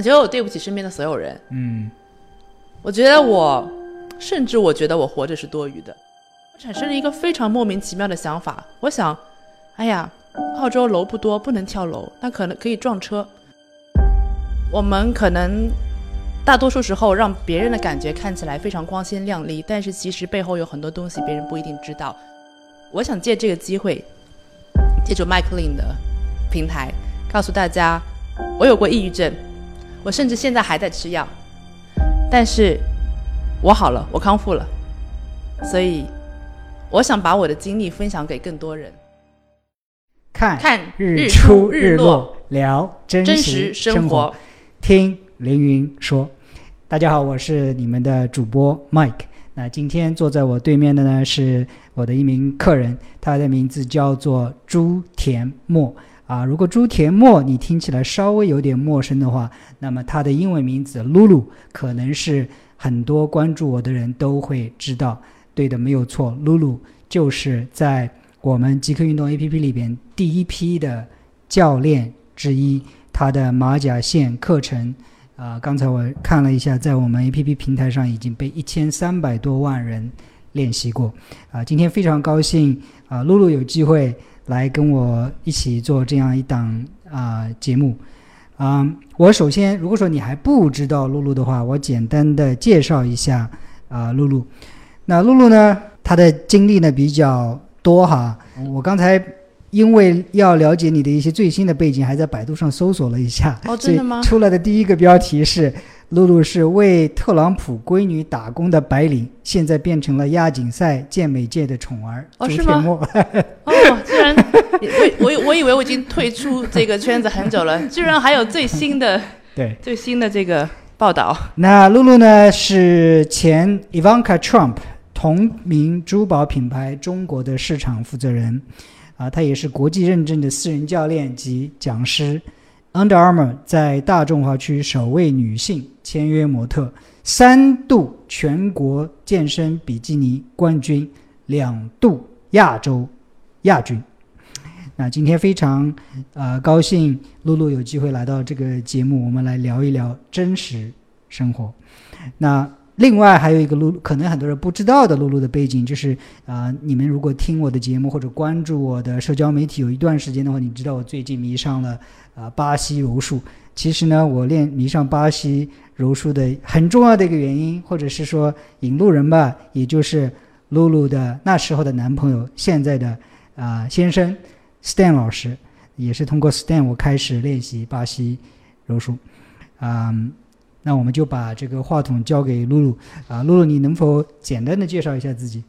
觉得我对不起身边的所有人。我觉得我觉得我活着是多余的。我产生了一个非常莫名其妙的想法，我想，哎呀，澳洲楼不多，不能跳楼，那可能可以撞车。我们可能大多数时候让别人的感觉看起来非常光鲜亮丽，但是其实背后有很多东西别人不一定知道。我想借这个机会，借助麦克林的平台，告诉大家，我有过抑郁症，我甚至现在还在吃药，但是我好了，我康复了，所以我想把我的经历分享给更多人。看日出日落， 聊真实生活，听凌云说。大家好，我是你们的主播 Mike。 那今天坐在我对面的呢是我的一名客人，他的名字叫做朱田墨如果朱田墨你听起来稍微有点陌生的话，那么他的英文名字 Lulu 可能是很多关注我的人都会知道。对的，没有错， Lulu 就是在我们极客运动 APP 里边第一批的教练之一，他的马甲线课程刚才我看了一下，在我们 APP 平台上已经被1300多万人练习过今天非常高兴露露有机会来跟我一起做这样一档节目我首先如果说你还不知道露露的话，我简单的介绍一下露露。那露露呢，她的经历呢比较多我刚才因为要了解你的一些最新的背景，还在百度上搜索了一下。 真的吗？ 出来的第一个标题是露露是为特朗普闺女打工的白领，现在变成了亚锦赛健美界的宠儿。 是吗？居然我以为我已经退出这个圈子很久了，居然还有最新的这个报道。 那露露呢是前 Ivanka Trump 同名珠宝品牌中国的市场负责人他也是国际认证的私人教练及讲师， Under Armour 在大中华区首位女性签约模特，3度全国健身比基尼冠军，2度亚洲亚军。那今天非常高兴露露有机会来到这个节目，我们来聊一聊真实生活。那另外还有一个露露可能很多人不知道的露露的背景，就是你们如果听我的节目或者关注我的社交媒体有一段时间的话，你知道我最近迷上了巴西柔术。其实呢，我迷上巴西柔术的很重要的一个原因，或者是说引路人吧，也就是露露的那时候的男朋友，现在的先生 Stan 老师，也是通过 Stan 我开始练习巴西柔术。那我们就把这个话筒交给露露露露，你能否简单的介绍一下自己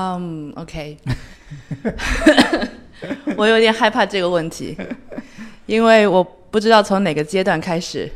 ？OK 我有点害怕这个问题，因为我不知道从哪个阶段开始。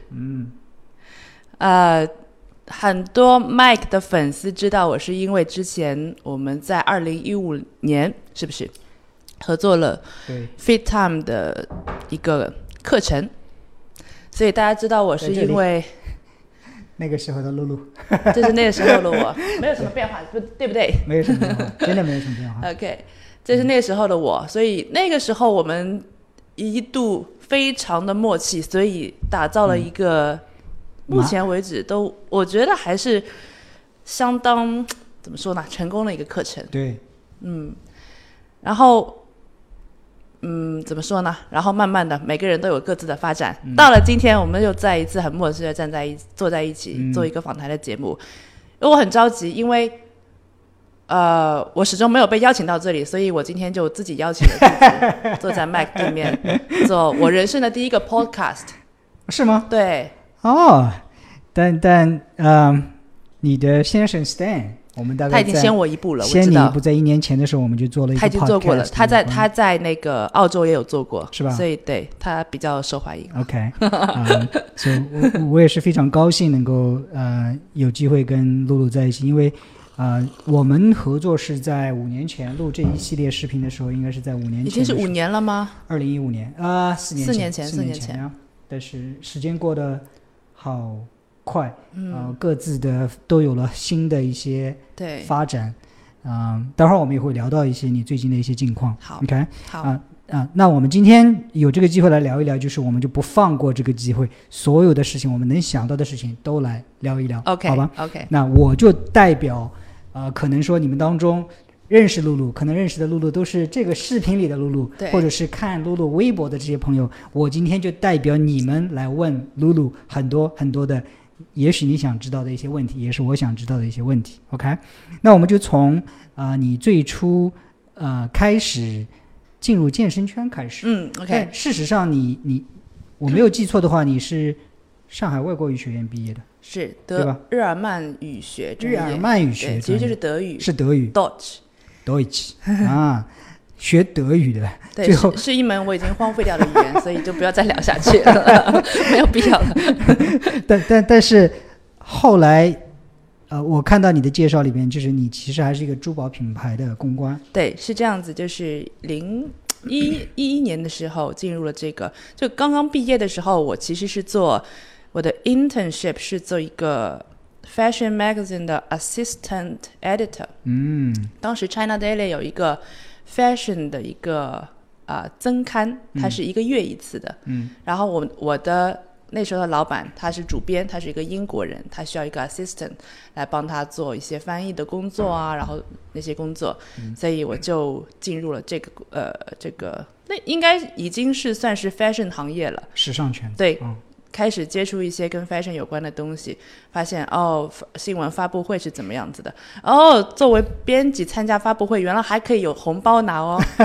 很多 Mike 的粉丝知道我是因为之前我们在2015年是不是合作了 Fit Time 的一个课程，所以大家知道我是因为那个时候的露露这是那个时候的我没有什么变化对不对？ 没有什么变化，真的没有什么变化 OK， 这是那个时候的我，所以那个时候我们一度非常的默契，所以打造了一个目前为止都我觉得还是相当怎么说呢，成功的一个课程。 对， 然后怎么说呢？然后慢慢的，每个人都有各自的发展。到了今天，我们又再一次很默契的坐在一起，做一个访谈的节目。我很着急，因为我始终没有被邀请到这里，所以我今天就自己邀请了自己，坐在麦克对面，做我人生的第一个 podcast。 是吗？ 对。 但你的先生 Stan。我们大概他已经先我一步了， 先你一步，在1年前的时候我们就做了一个 podcast， 他已经做过了，他在那个澳洲也有做过， 是吧？ 所以对他比较受欢迎。 OK， 所以我也是非常高兴能够有机会跟露露在一起，因为我们合作是在5年前录这一系列视频的时候，应该是在5年前，已经是5年了吗 ？2015年4年前啊， 但是时间过得好快，各自的都有了新的一些发展。待会儿我们也会聊到一些你最近的一些近况。 好 ，OK， 好。 那我们今天有这个机会来聊一聊，就是我们就不放过这个机会，所有的事情我们能想到的事情都来聊一聊 OK 好吧 OK 那我就代表可能说你们当中认识露露，可能认识的露露都是这个视频里的露露，或者是看露露微博的这些朋友，我今天就代表你们来问露露很多很多的也许你想知道的一些问题，也是我想知道的一些问题 OK 那我们就从你最初开始进入健身圈开始。 OK 但事实上我没有记错的话，你是上海外国语学院毕业的， 是对吧？ 日耳曼语学专业， 日耳曼语学其实就是德语， 是德语 Deutsch 学德语的。 对， 最后是一门我已经荒废掉的语言，所以就不要再聊下去了没有必要了但是后来我看到你的介绍里边，就是你其实还是一个珠宝品牌的公关。 对，是这样子，就是2011年的时候进入了这个，就刚刚毕业的时候，我其实是做我的 internship 是做一个 fashion magazine 的 assistant editor。当时 China Daily 有一个 fashion 的一个增刊，它是1个月一次的。然后我的那时候的老板他是主编，他是一个英国人，他需要一个 assistant 来帮他做一些翻译的工作然后那些工作，所以我就进入了这个那应该已经是算是 fashion 行业了， 时尚圈。 对，开始接触一些跟 fashion 有关的东西，发现新闻发布会是怎么样子的，作为编辑参加发布会原来还可以有红包拿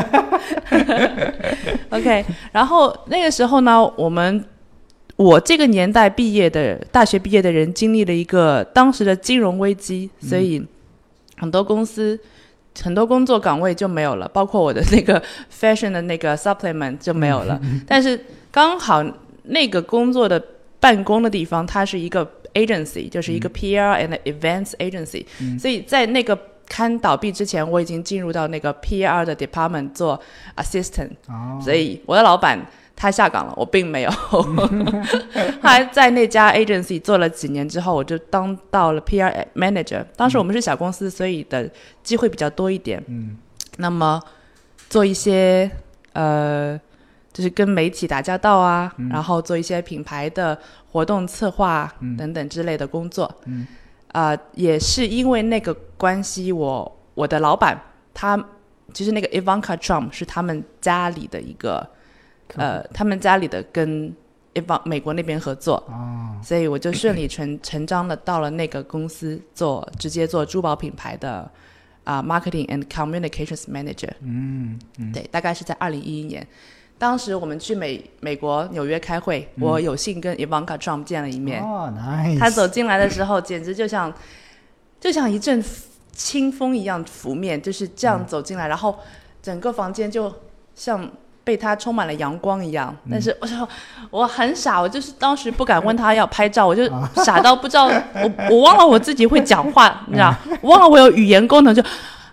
OK 然后那个时候呢，我这个年代大学毕业的人经历了一个当时的金融危机，所以很多公司很多工作岗位就没有了，包括我的那个 fashion 的那个 supplement 就没有了但是刚好那个工作的办公的地方它是一个 agency， 就是一个 PR and events agency，所以在那个刊倒闭之前我已经进入到那个 PR 的 department 做 assistant，所以我的老板他下岗了，我并没有他在那家 agency 做了几年之后，我就当到了 PR manager。 当时我们是小公司，所以的机会比较多一点。那么做一些就是跟媒体打交道然后做一些品牌的活动策划等等之类的工作。也是因为那个关系，我的老板他其实那个 Ivanka Trump 是他们家里的一个他们家里的跟美国那边合作，所以我就顺理成章的到了那个公司直接做珠宝品牌的marketing and communications manager。对，大概是在2011年。当时我们去美国纽约开会，我有幸跟 Ivanka Trump 见了一面。 nice。 他走进来的时候简直就像一阵清风一样拂面，就是这样走进来，然后整个房间就像被他充满了阳光一样。但是我很傻，我就是当时不敢问他要拍照，我就傻到不知道我忘了我自己会讲话你知道，我忘了我有语言功能，就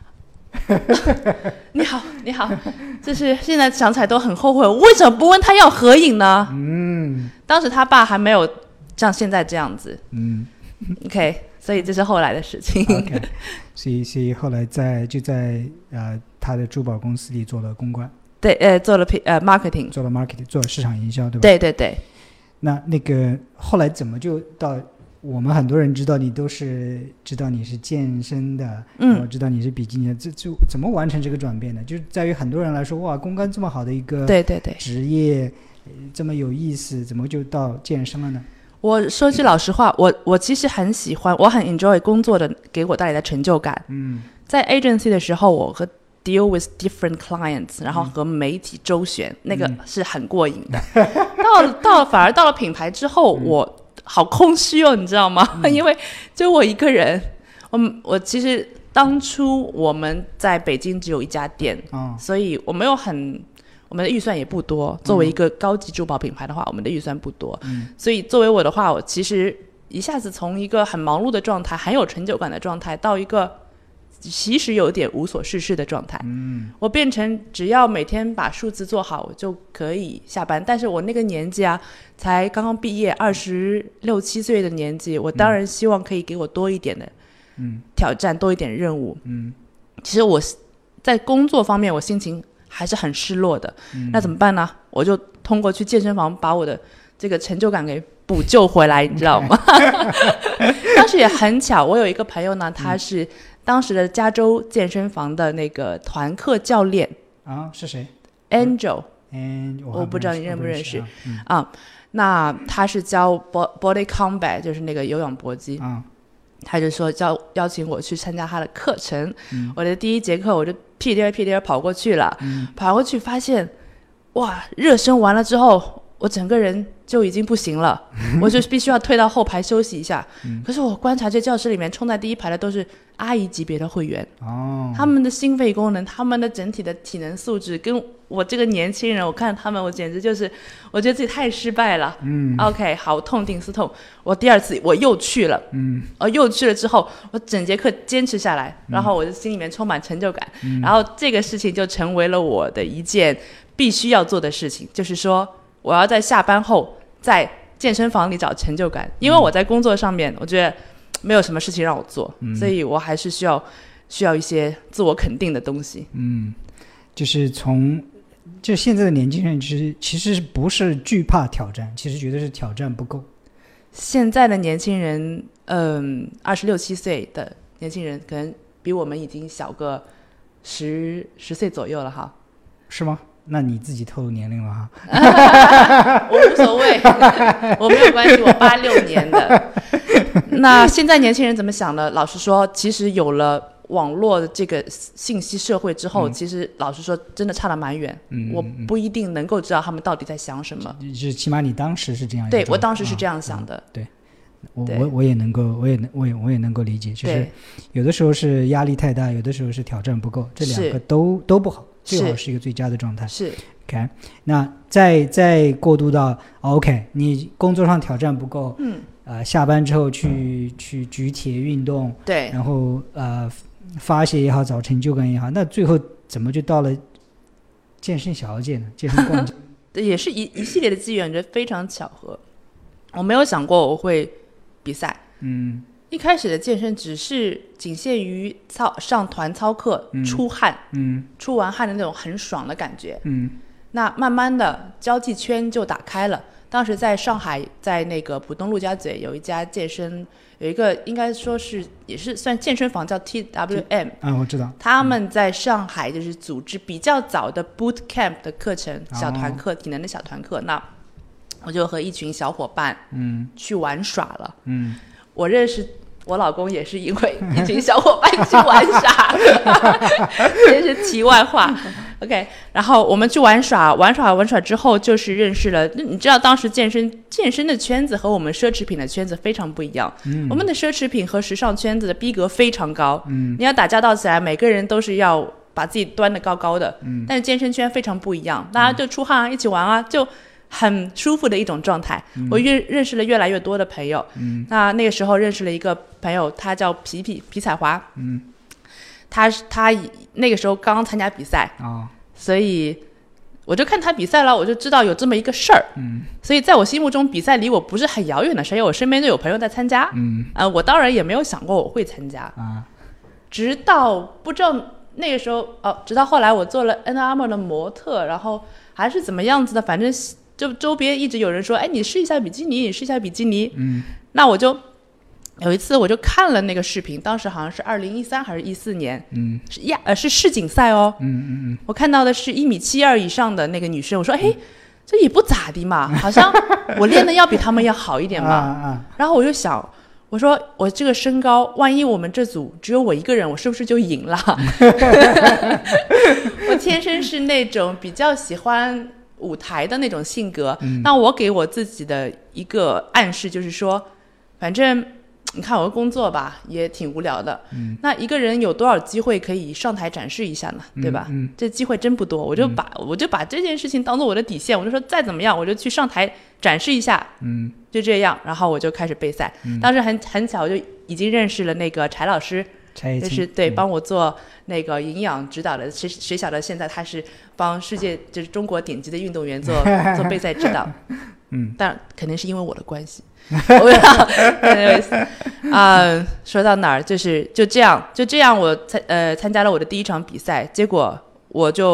你好，就是现在想起来都很后悔，我为什么不问他要合影呢？当时他爸还没有像现在这样子。OK， 所以这是后来的事情。 OK， 所以后来就在他的珠宝公司里做了公关。 对，做了marketing， 做了市场营销，对吧？ 对对对。 那个后来怎么就到我们很多人知道你都是知道你是健身的，我知道你是比基尼的，这就怎么完成这个转变呢？就是在于很多人来说，哇，公关这么好的一个职业，这么有意思，怎么就到健身了呢？ 我说句老实话，我其实很喜欢，我很 enjoy 工作的给我带来的成就感。在 agency 的时候，我和 deal with different clients， 然后和媒体周旋，那个是很过瘾的。反而到了品牌之后，我好空虚你知道吗？因为就我一个人，我其实当初我们在北京只有一家店，所以我们的预算也不多。作为一个高级珠宝品牌的话，我们的预算不多，所以作为我的话，我其实一下子从一个很忙碌的状态，很有成就感的状态，到一个其实有点无所事事的状态。我变成只要每天把数字做好，我就可以下班。但是我那个年纪才刚刚毕业，26、27岁的年纪，我当然希望可以给我多一点的挑战，多一点任务。其实我在工作方面我心情还是很失落的。那怎么办呢？我就通过去健身房把我的这个成就感给补救回来，你知道吗？当时也很巧，我有一个朋友呢，他是当时的加州健身房的那个团课教练啊，是谁 ？Angel， 我不知道你认不认识啊？那他是教 body combat， 就是那个有氧搏击啊。他就说邀请我去参加他的课程，我的第一节课我就屁颠屁颠跑过去了，跑过去发现，哇，热身完了之后，我整个人就已经不行了，我就必须要退到后排休息一下。可是我观察这教室里面冲在第一排的都是阿姨级别的会员，他们的心肺功能，他们的整体的体能素质跟我这个年轻人，我看他们，我简直就是我觉得自己太失败了。OK， 好，痛定思痛，我第二次我又去了，又去了之后，我整节课坚持下来，然后我的心里面充满成就感，然后这个事情就成为了我的一件必须要做的事情，就是说我要在下班后在健身房里找成就感，因为我在工作上面我觉得没有什么事情让我做，所以我还是需要一些自我肯定的东西。 就现在的年轻人其实不是惧怕挑战，其实觉得是挑战不够。 现在的年轻人26、7岁的年轻人可能比我们已经小个10岁左右了哈。 是吗？那你自己透露年龄了哈。 我无所谓，我没有关系，我86年的。那现在年轻人怎么想呢？老实说，其实有了网络的这个信息社会之后，其实老实说真的差得蛮远，我不一定能够知道他们到底在想什么。 就是起码你当时是这样， 对，我当时是这样想的。 对，我也能够理解，就是有的时候是压力太大，有的时候是挑战不够，这两个都不好，最好是一个最佳的状态。 是 OK， 那再过渡到 OK， 你工作上挑战不够，下班之后去举铁运动， 对， 然后发泄也好，找成就感也好，那最后怎么就到了健身小姐呢？健身逛街也是一系列的机缘，我觉得非常巧合。我没有想过我会比赛，一开始的健身只是仅限于上团操课，出汗，出完汗的那种很爽的感觉，那慢慢的交际圈就打开了。当时在上海，在那个浦东陆家嘴有一家健身，有一个应该说是也是算健身房，叫 TWM 我知道。 他们在上海就是组织比较早的 boot camp 的课程，小团课，体能的小团课。那我就和一群小伙伴去玩耍了。我认识我老公也是因为一群小伙伴去玩耍，这是题外话。OK， 然后我们去玩耍之后，就是认识了。你知道，当时健身的圈子和我们奢侈品的圈子非常不一样。我们的奢侈品和时尚圈子的逼格非常高，你要打交道起来，每个人都是要把自己端得高高的。但是健身圈非常不一样，大家就出汗啊，一起玩啊，就很舒服的一种状态。我认识了越来越多的朋友。那个时候认识了一个朋友，他叫皮彩华。他那个时候刚刚参加比赛，所以我就看他比赛了，我就知道有这么一个事儿。所以在我心目中，比赛离我不是很遥远的事，因为我身边就有朋友在参加。我当然也没有想过我会参加。直到不知道那个时候，直到后来我做了 Under Armour 的模特，然后还是怎么样子的，反正就周边一直有人说，哎，你试一下比基尼，你试一下比基尼。那我就有一次我就看了那个视频，当时好像是2013还是14年，是世锦赛哦。我看到的是1.72米以上的那个女生，我说，哎，这也不咋地嘛，好像我练的要比他们要好一点嘛。然后我就想，我说我这个身高，万一我们这组只有我一个人，我是不是就赢了？我天生是那种比较喜欢舞台的那种性格。那我给我自己的一个暗示就是说，反正你看我的工作吧也挺无聊的，那一个人有多少机会可以上台展示一下呢？对吧？这机会真不多，我就把这件事情当做我的底线，我就说再怎么样我就去上台展示一下。就这样，然后我就开始备赛。当时很巧，我就已经认识了那个柴老师，就是对帮我做那个营养指导的。谁晓得现在他是帮世界就是中国顶级的运动员做备赛指导。但肯定是因为我的关系。说到哪儿，就这样我参加了我的第一场比赛，结果我就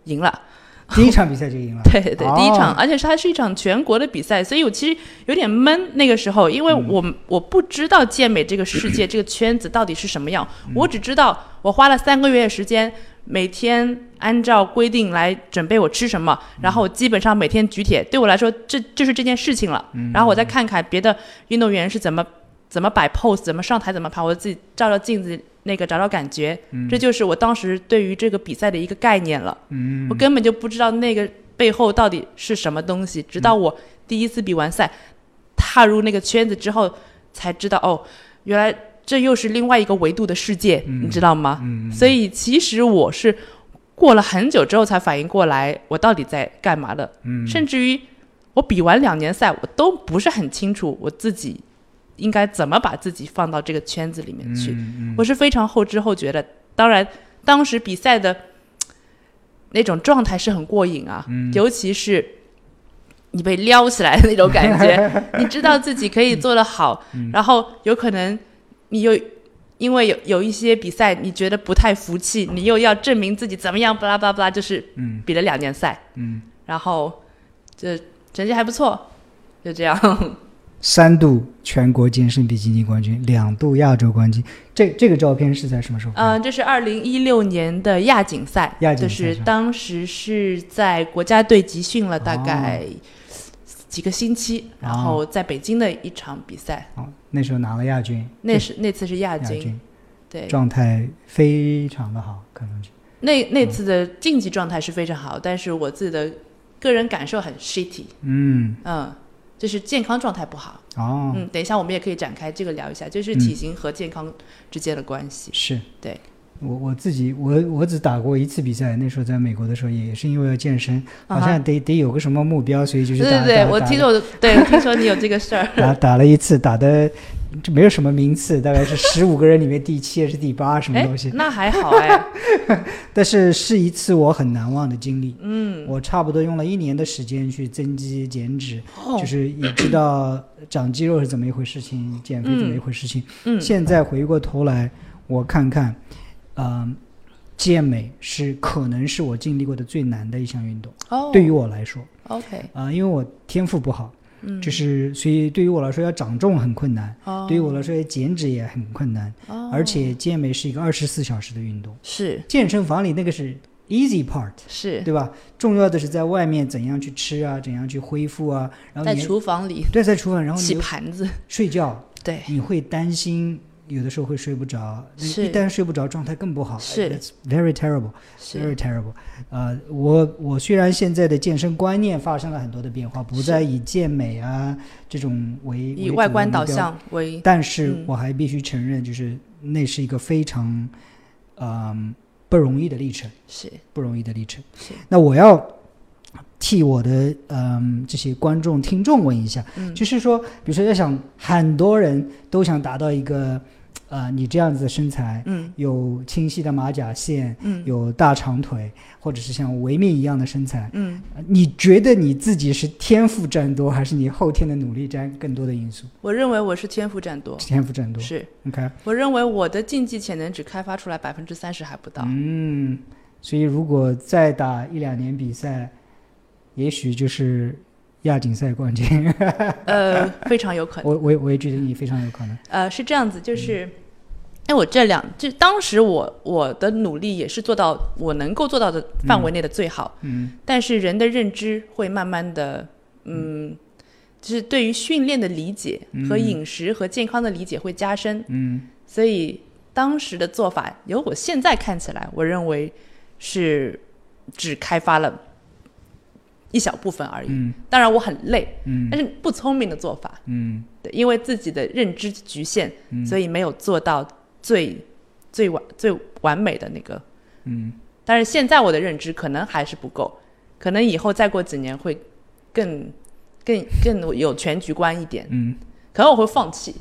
赢了。 第一场比赛就赢了。 对对，第一场，而且它是一场全国的比赛，所以我其实有点闷那个时候，因为我不知道健美这个世界这个圈子到底是什么样，我只知道我花了3个月的时间，每天按照规定来准备我吃什么，然后基本上每天举铁，对我来说这就是这件事情了。然后我再看看别的运动员是怎么摆 pose， 怎么上台，怎么跑，我自己照照镜子那个找找感觉，这就是我当时对于这个比赛的一个概念了。我根本就不知道那个背后到底是什么东西，直到我第一次比完赛，踏入那个圈子之后，才知道哦，原来这又是另外一个维度的世界，你知道吗？所以其实我是过了很久之后才反应过来，我到底在干嘛的。甚至于我比完2年赛，我都不是很清楚我自己应该怎么把自己放到这个圈子里面去。我是非常后知后觉的。当然当时比赛的那种状态是很过瘾啊，尤其是你被撩起来的那种感觉你知道自己可以做得好，然后有可能你又因为有一些比赛你觉得不太服气，你又要证明自己怎么样，巴拉巴拉巴拉，就是比了2年赛，然后这成绩还不错，就这样。 3度全国健身比基尼冠军，2度亚洲冠军。这个照片是在什么时候？ 这是2016年的亚锦赛，就是当时是在国家队集训了大概几个星期，然后在北京的一场比赛。 那时候拿了亚军。 那次是亚军，对， 状态非常的好，看上去。 那次的竞技状态是非常好，但是我自己的个人感受很 shitty。就是健康状态不好。等一下我们也可以展开这个聊一下，就是体型和健康之间的关系。 是， 对。 我自己我只打过1次比赛，那时候在美国的时候也是因为要健身，好像得有个什么目标，所以就是打。 对，我听说你有这个事儿。 打了1次，打的就没有什么名次，大概是15个人里面第7还是第8什么东西。 那还好但是一次我很难忘的经历。我差不多用了1年的时间去增肌减脂，就是也知道长肌肉是怎么一回事情，减肥怎么一回事情。现在回过头来我看看，健美可能是我经历过的最难的一项运动。对于我来说 OK， 因为我天赋不好，就是所以对于我来说要长重很困难，对于我来说减脂也很困难，而且健美是一个24小时的运动。 是健身房里那个是 easy part， 是对吧？重要的是在外面怎样去吃啊，怎样去恢复啊，然后在厨房里， 对，在厨房，然后洗盘子睡觉， 对， 你会担心有的时候会睡不着，一旦睡不着状态更不好。 是 It's very terrible， very terrible。我虽然现在的健身观念发生了很多的变化，不再以健美啊这种以外观导向为， 但是我还必须承认，就是那是一个非常不容易的历程， 是不容易的历程。那我要替我的这些观众听众问一下，就是说比如说要想很多人都想达到一个你这样子的身材，有清晰的马甲线，有大长腿，或者是像维密一样的身材，你觉得你自己是天赋占多，还是你后天的努力占更多的因素？ 我认为我是天赋占多。 天赋占多是 OK。 我认为我的竞技潜能只开发出来30%还不到。 所以如果再打1-2年比赛，也许就是亚锦赛冠军。 非常有可能。 我也觉得你非常有可能。 是这样子，就是因为我就当时我的努力也是做到我能够做到的范围内的最好。但是人的认知会慢慢的就是对于训练的理解和饮食和健康的理解会加深。所以当时的做法由我现在看起来，我认为是只开发了一小部分而已。当然我很累，但是不聪明的做法。对，因为自己的认知局限，所以没有做到最完美的那个。但是现在我的认知可能还是不够，可能以后再过几年会更有全局观一点。可能我会放弃。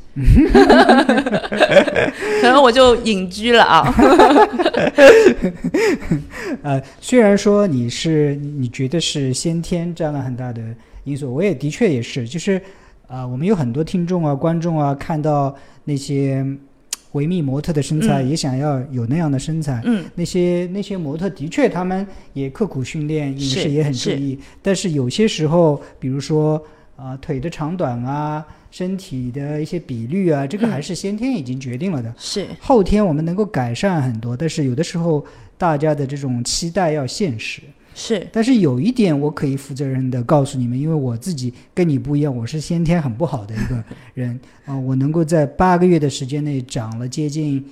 可能我就隐居了啊。 虽然说你觉得是先天占了很大的因素，我也的确也是，就是我们有很多听众啊观众啊看到那些维密模特的身材，也想要有那样的身材。那些模特的确他们也刻苦训练，饮食也很注意，但是有些时候比如说腿的长短啊，身体的一些比率啊，这个还是先天已经决定了的。 是后天我们能够改善很多，但是有的时候大家的这种期待要现实。 是， 但是有一点我可以负责任的告诉你们，因为我自己跟你不一样，我是先天很不好的一个人我能够在8个月的时间内长了接近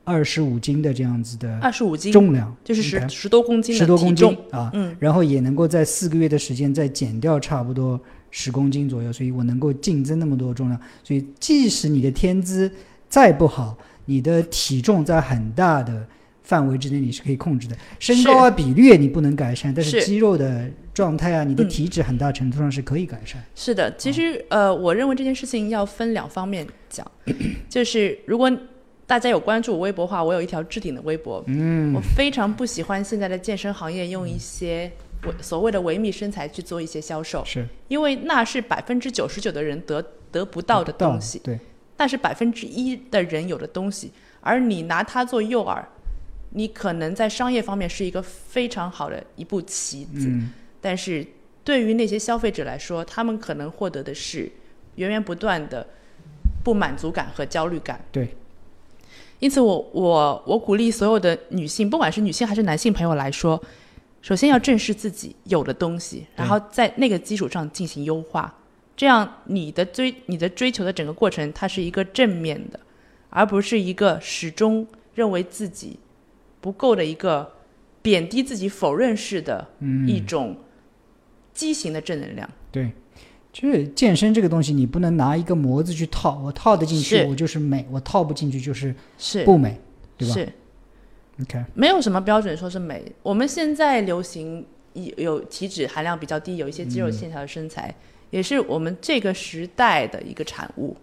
25斤的这样子的 25斤重量， 就是10多公斤的 10多公斤体重然后也能够在4个月的时间再减掉差不多10公斤左右，所以我能够净增那么多重量。所以即使你的天资再不好，你的体重在很大的范围之内你是可以控制的，身高比率你不能改善，但是肌肉的状态你的体脂很大程度上是可以改善。 是的，其实我认为这件事情要分2方面讲，就是如果大家有关注我微博的话，我有一条置顶的微博，我非常不喜欢现在的健身行业用一些所谓的维密身材去做一些销售， 是因为那是99%的人得不到的东西， 对， 那是1%的人有的东西，而你拿它做诱饵，你可能在商业方面是一个非常好的一步棋子，但是对于那些消费者来说，他们可能获得的是源源不断的不满足感和焦虑感。 对， 因此我鼓励所有的女性，不管是女性还是男性朋友来说，首先要正视自己有的东西，然后在那个基础上进行优化，这样你的追求的整个过程它是一个正面的，而不是一个始终认为自己不够的一个贬低自己否认式的一种畸形的正能量。 对，就是健身这个东西你不能拿一个模子去套，我套得进去我就是美，我套不进去就是不美，对吧？ 是 Okay. 没有什么标准说是美，我们现在流行有体脂含量比较低，有一些肌肉线条的身材，也是我们这个时代的一个产物。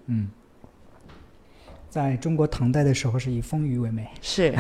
在中国唐代的时候是以丰腴为美。 是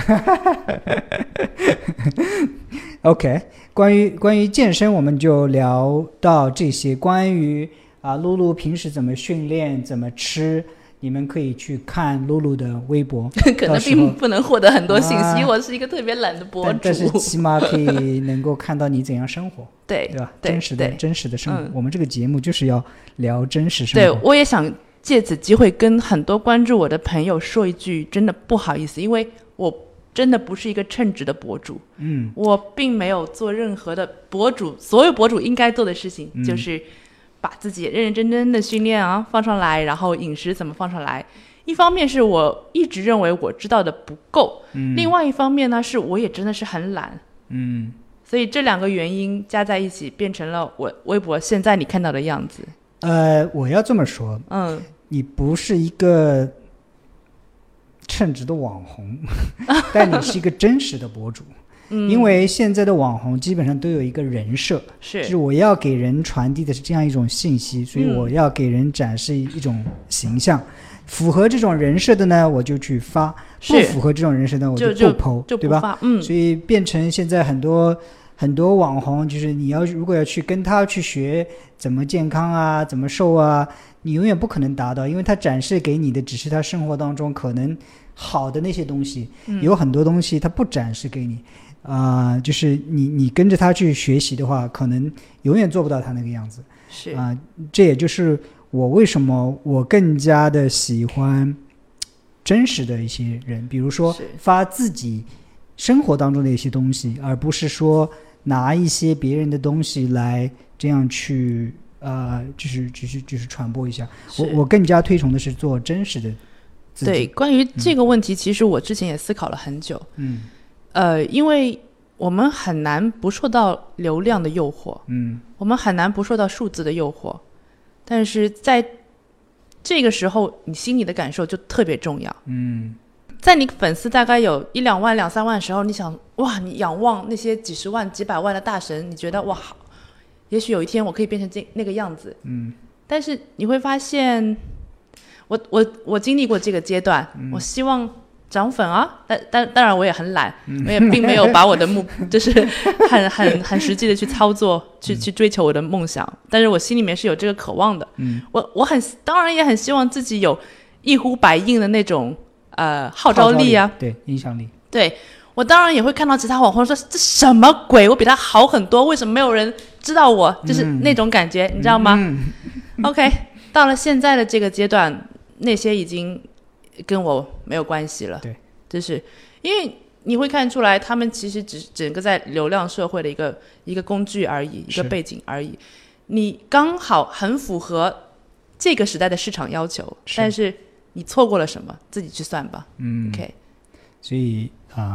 OK， 关于健身我们就聊到这些。关于露露平时怎么训练怎么吃，你们可以去看露露的微博可能并不能获得很多信息，我是一个特别懒的博主， 但是起码可以能够看到你怎样生活对吧？真实的生活，我们这个节目就是要聊真实生活。 对，我也想借此机会跟很多关注我的朋友说一句真的不好意思，因为我真的不是一个称职的博主，我并没有做任何的所有博主应该做的事情，就是把自己认认真真的训练放上来，然后饮食怎么放上来。一方面是我一直认为我知道的不够，另外一方面呢是我也真的是很懒，所以这2个原因加在一起变成了我微博现在你看到的样子。 我要这么说，你不是一个称职的网红但你是一个真实的博主因为现在的网红基本上都有一个人设，就是我要给人传递的是这样一种信息，所以我要给人展示一种形象，符合这种人设的呢我就去发，不符合这种人设的我就不 po， 对吧？所以变成现在很多网红，就是你如果要去跟他去学怎么健康怎么瘦你永远不可能达到，因为他展示给你的只是他生活当中可能好的那些东西，有很多东西他不展示给你就是你跟着他去学习的话，可能永远做不到他那个样子。 是这也就是我为什么我更加的喜欢真实的一些人，比如说发自己生活当中的一些东西，而不是说拿一些别人的东西来这样去就是传播一下。我更加推崇的是做真实的自己。 对，关于这个问题其实我之前也思考了很久。因为我们很难不受到流量的诱惑，我们很难不受到数字的诱惑，但是在这个时候你心里的感受就特别重要。在你粉丝大概有1-2万2-3万的时候，你想哇，你仰望那些几十万几百万的大神，你觉得哇，也许有一天我可以变成那个样子。但是你会发现我经历过这个阶段，我希望涨粉当然我也很懒，我也并没有把我的就是很实际的去操作去追求我的梦想，但是我心里面是有这个渴望的。我当然也很希望自己有一呼百应的那种号召力啊， 对，影响力。 对，我当然也会看到其他网红说这什么鬼，我比他好很多，为什么没有人知道我？就是那种感觉，你知道吗？OK， 到了现在的这个阶段，那些已经跟我没有关系了。 对， 就是因为你会看出来，他们其实只整个在流量社会的一个工具而已，一个背景而已。你刚好很符合这个时代的市场要求，但是你错过了什么，自己去算吧。OK， 所以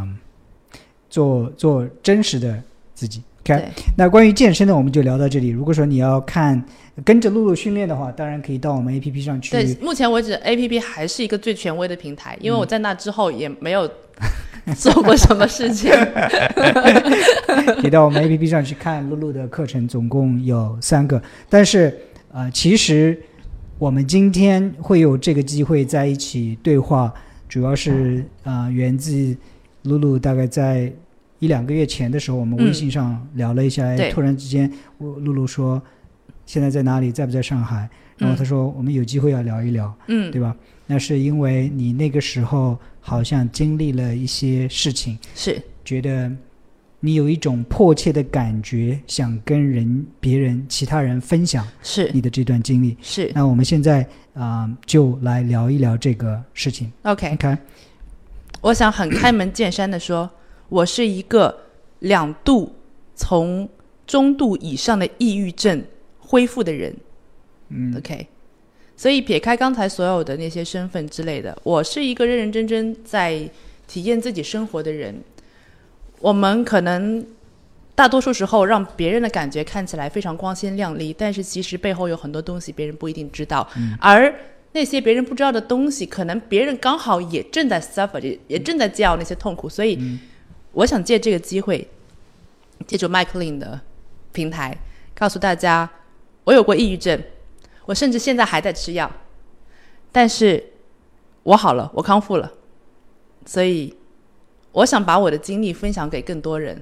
做真实的自己。Okay， 那关于健身呢，我们就聊到这里。如果说你要跟着露露训练的话，当然可以到我们 APP 上去。 对，目前为止 APP 还是一个最权威的平台，因为我在那之后也没有做过什么事情。 可以到我们 APP 上去看露露的课程，总共有3个。但是其实我们今天会有这个机会在一起对话，主要是源自露露大概在1-2个月前的时候，我们微信上聊了一下，突然之间露露说现在在哪里，在不在上海，然后她说我们有机会要聊一聊，对吧？那是因为你那个时候好像经历了一些事情， 是觉得你有一种迫切的感觉，想跟别人其他人分享你的这段经历。 是， 那我们现在就来聊一聊这个事情。 OK， 我想很开门见山的说，我是一个2度从中度以上的抑郁症恢复的人。OK， 所以撇开刚才所有的那些身份之类的，我是一个认认真真在体验自己生活的人。我们可能大多数时候让别人的感觉看起来非常光鲜亮丽，但是其实背后有很多东西别人不一定知道，而那些别人不知道的东西，可能别人刚好也正在 suffer， 也正在煎熬那些痛苦。所以我想借这个机会，借助麦克林的平台告诉大家，我有过抑郁症，我甚至现在还在吃药，但是我好了，我康复了。所以我想把我的经历分享给更多人。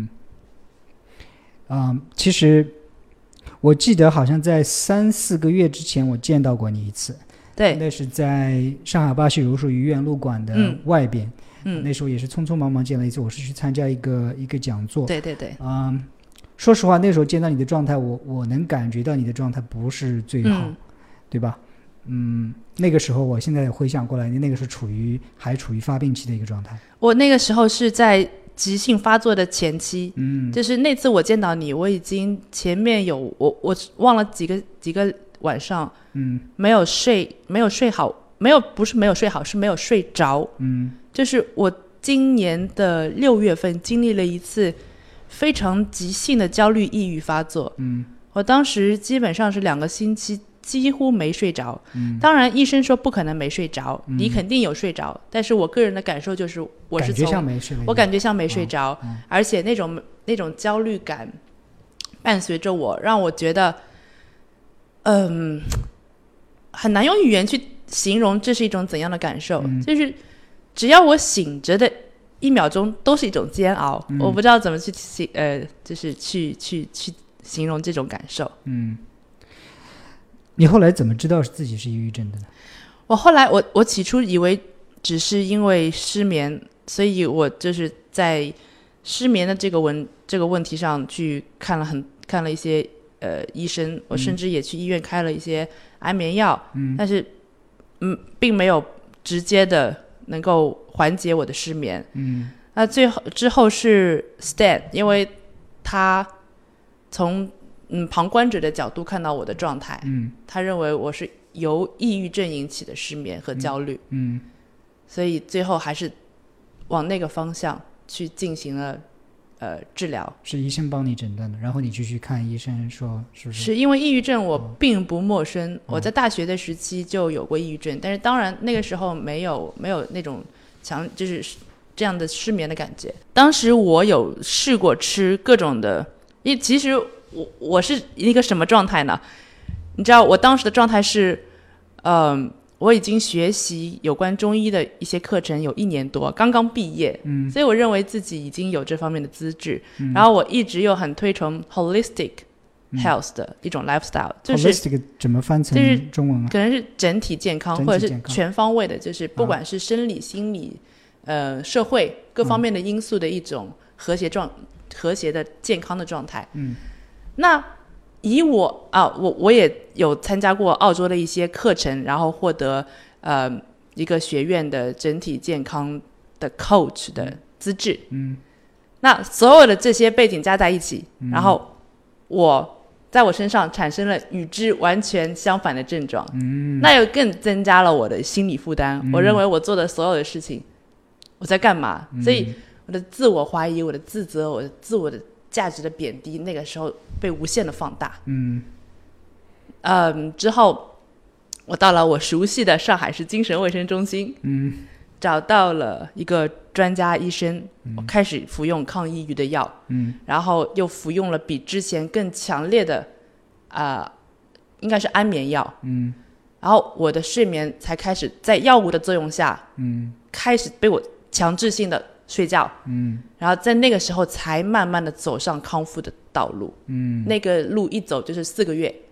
其实我记得好像在3-4个月之前我见到过你一次。 对， 那是在上海巴西柔术医院路馆的外边。那时候也是匆匆忙忙见了一次，我是去参加一个讲座。 对对对。 说实话，那时候见到你的状态，我能感觉到你的状态不是最好，对吧？那个时候我现在回想过来，你那个时候还处于发病期的一个状态。 我那个时候是在急性发作的前期。就是那次我见到你，我已经前面有我忘了几个晚上，没有睡好，不是没有睡好，是没有睡着。就是我今年的6月份经历了一次非常急性的焦虑抑郁发作。我当时基本上是2个星期几乎没睡着。当然医生说不可能没睡着，你肯定有睡着，但是我个人的感受就是我感觉像没睡着，而且那种焦虑感伴随着我，让我觉得很难用语言去形容这是一种怎样的感受。就是只要我醒着的1秒钟都是一种煎熬。我不知道怎么去就是去形容这种感受。 你后来怎么知道自己是抑郁症的呢？ 我后来我起初以为只是因为失眠，所以我就是在失眠的这个问题上去看了一些医生，我甚至也去医院开了一些安眠药，但是并没有直接的能够缓解我的失眠。那之后是 Stan， 因为他从旁观者的角度看到我的状态，他认为我是由抑郁症引起的失眠和焦虑，所以最后还是往那个方向去进行了治疗。 是医生帮你诊断的，然后你就去看医生说是不是？ 是因为抑郁症我并不陌生，我在大学的时期就有过抑郁症，但是当然那个时候没有那种就是这样的失眠的感觉。当时我有试过吃各种的，因为其实我是一个什么状态呢？你知道我当时的状态是我已经学习有关中医的一些课程有1年多，刚刚毕业，所以我认为自己已经有这方面的资质，然后我一直又很推崇 holistic health 的一种 lifestyle，就是 holistic 怎么翻成中文啊？ 可能是整体健康，或者是全方位的，就是不管是生理、心理、社会各方面的因素的一种和谐的健康的状态。那以我也有参加过澳洲的一些课程，然后获得一个学院的整体健康的 coach 的资质。那所有的这些背景加在一起，然后在我身上产生了与之完全相反的症状，那又更增加了我的心理负担。我认为我做的所有的事情，我在干嘛？所以我的自我怀疑、我的自责、我的自我的价值的贬低，那个时候被无限的放大。之后我到了我熟悉的上海市精神卫生中心，找到了一个专家医生，我开始服用抗抑郁的药，然后又服用了比之前更强烈的应该是安眠药，然后我的睡眠才开始在药物的作用下，开始被我强制性的睡觉，然后在那个时候才慢慢的走上康复的道路，那个路一走就是4个月，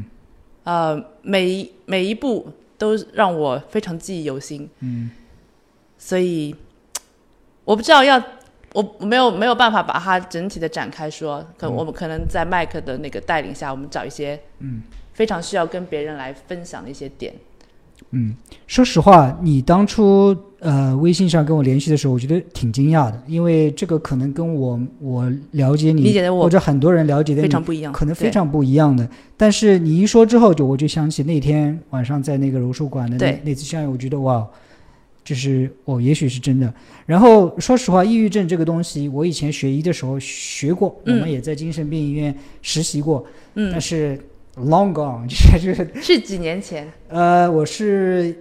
每一步都让我非常记忆犹新，所以我不知道我没有办法把它整体的展开说，我们可能在麦克的那个带领下，我们找一些非常需要跟别人来分享的一些点。 说实话，你当初微信上跟我联系的时候，我觉得挺惊讶的，因为这个可能跟我了解你理解的我或者很多人了解的你非常不一样， 可能非常不一样的。但是你一说之后，我就想起那天晚上在那个柔术馆的那次相遇，我觉得哇，就是也许是真的。然后说实话，抑郁症这个东西，我以前学医的时候学过，我们也在精神病医院实习过，但是 long gone 是几年前？ 我是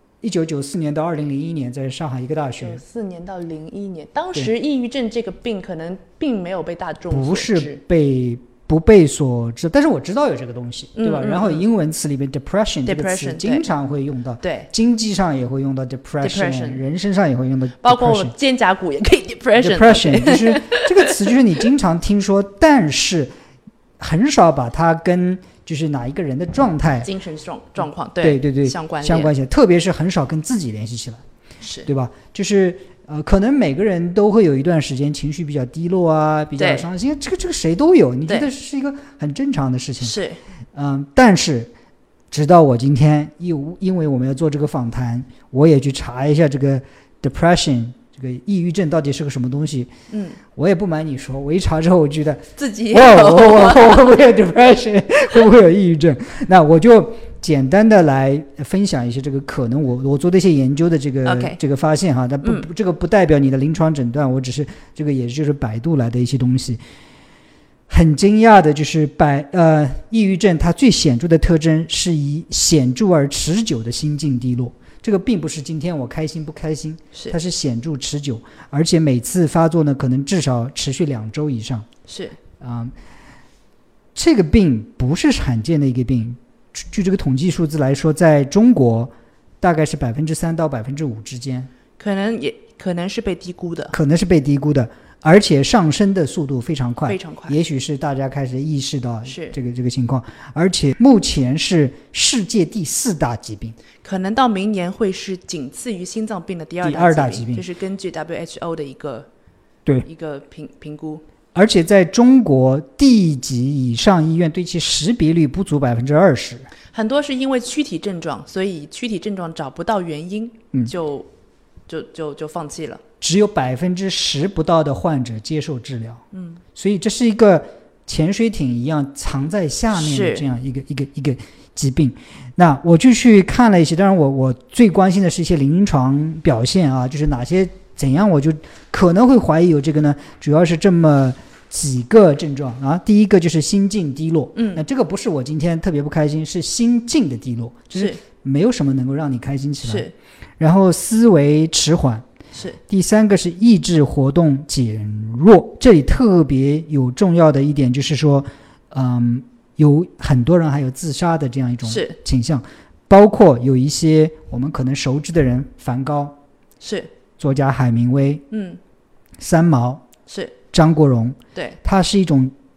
1994年到2001年在上海一个大学。 94年到01年，当时抑郁症这个病可能并没有被大众所知， 不是不被所知，但是我知道有这个东西，对吧？然后英文词里面 depression 这个词经常会用到， 对， 经济上也会用到 depression， 人身上也会用到 depression， 包括我肩胛骨也可以 depression， 就是这个词，就是你经常听说，但是很少把它跟就是哪一个人的状态、 精神状况， 对相关系，特别是很少跟自己联系起来， 是对吧？就是可能每个人都会有一段时间情绪比较低落啊，比较伤心，这个谁都有，你觉得是一个很正常的事情。 是， 但是直到我今天因为我们要做这个访谈，我也去查一下这个 depression。这个抑郁症到底是个什么东西？我也不瞒你说，我一查之后，我觉得自己我会不会有 depression， 会不会有抑郁症？那我就简单的来分享一些这个可能我做的一些研究的这个发现哈，但这个不代表你的临床诊断，我只是这个也就是百度来的一些东西。很惊讶的就是抑郁症它最显著的特征是以显著而持久的心境低落。这个并不是今天我开心不开心，它是显著持久，而且每次发作呢，可能至少持续2周以上。 是这个病不是罕见的一个病，据这个统计数字来说，在中国大概是3%到5%之间， 可能是被低估的， 而且上升的速度非常快，也许是大家开始意识到这个情况，而且目前是世界第4大疾病， 可能到明年会是仅次于心脏病的第二大疾病，这是根据 WHO 的一个评估。 而且在中国地级以上医院对其识别率不足20%， 很多是因为躯体症状，所以躯体症状找不到原因，就放弃了。 只有10%不到的患者接受治疗，所以这是一个潜水艇一样藏在下面的这样一个疾病。那我就去看了一些，当然我最关心的是一些临床表现啊，就是哪些怎样我就可能会怀疑有这个呢？主要是这么几个症状啊。第一个就是心境低落，那这个不是我今天特别不开心，是心境的低落，就是没有什么能够让你开心起来。是，然后思维迟缓。 是， 第三个是意志活动减弱，这里特别有重要的一点就是说，有很多人还有自杀的这样一种倾向，包括有一些我们可能熟知的人，梵高， 是作家海明威，三毛， 是张国荣， 对， 它是一种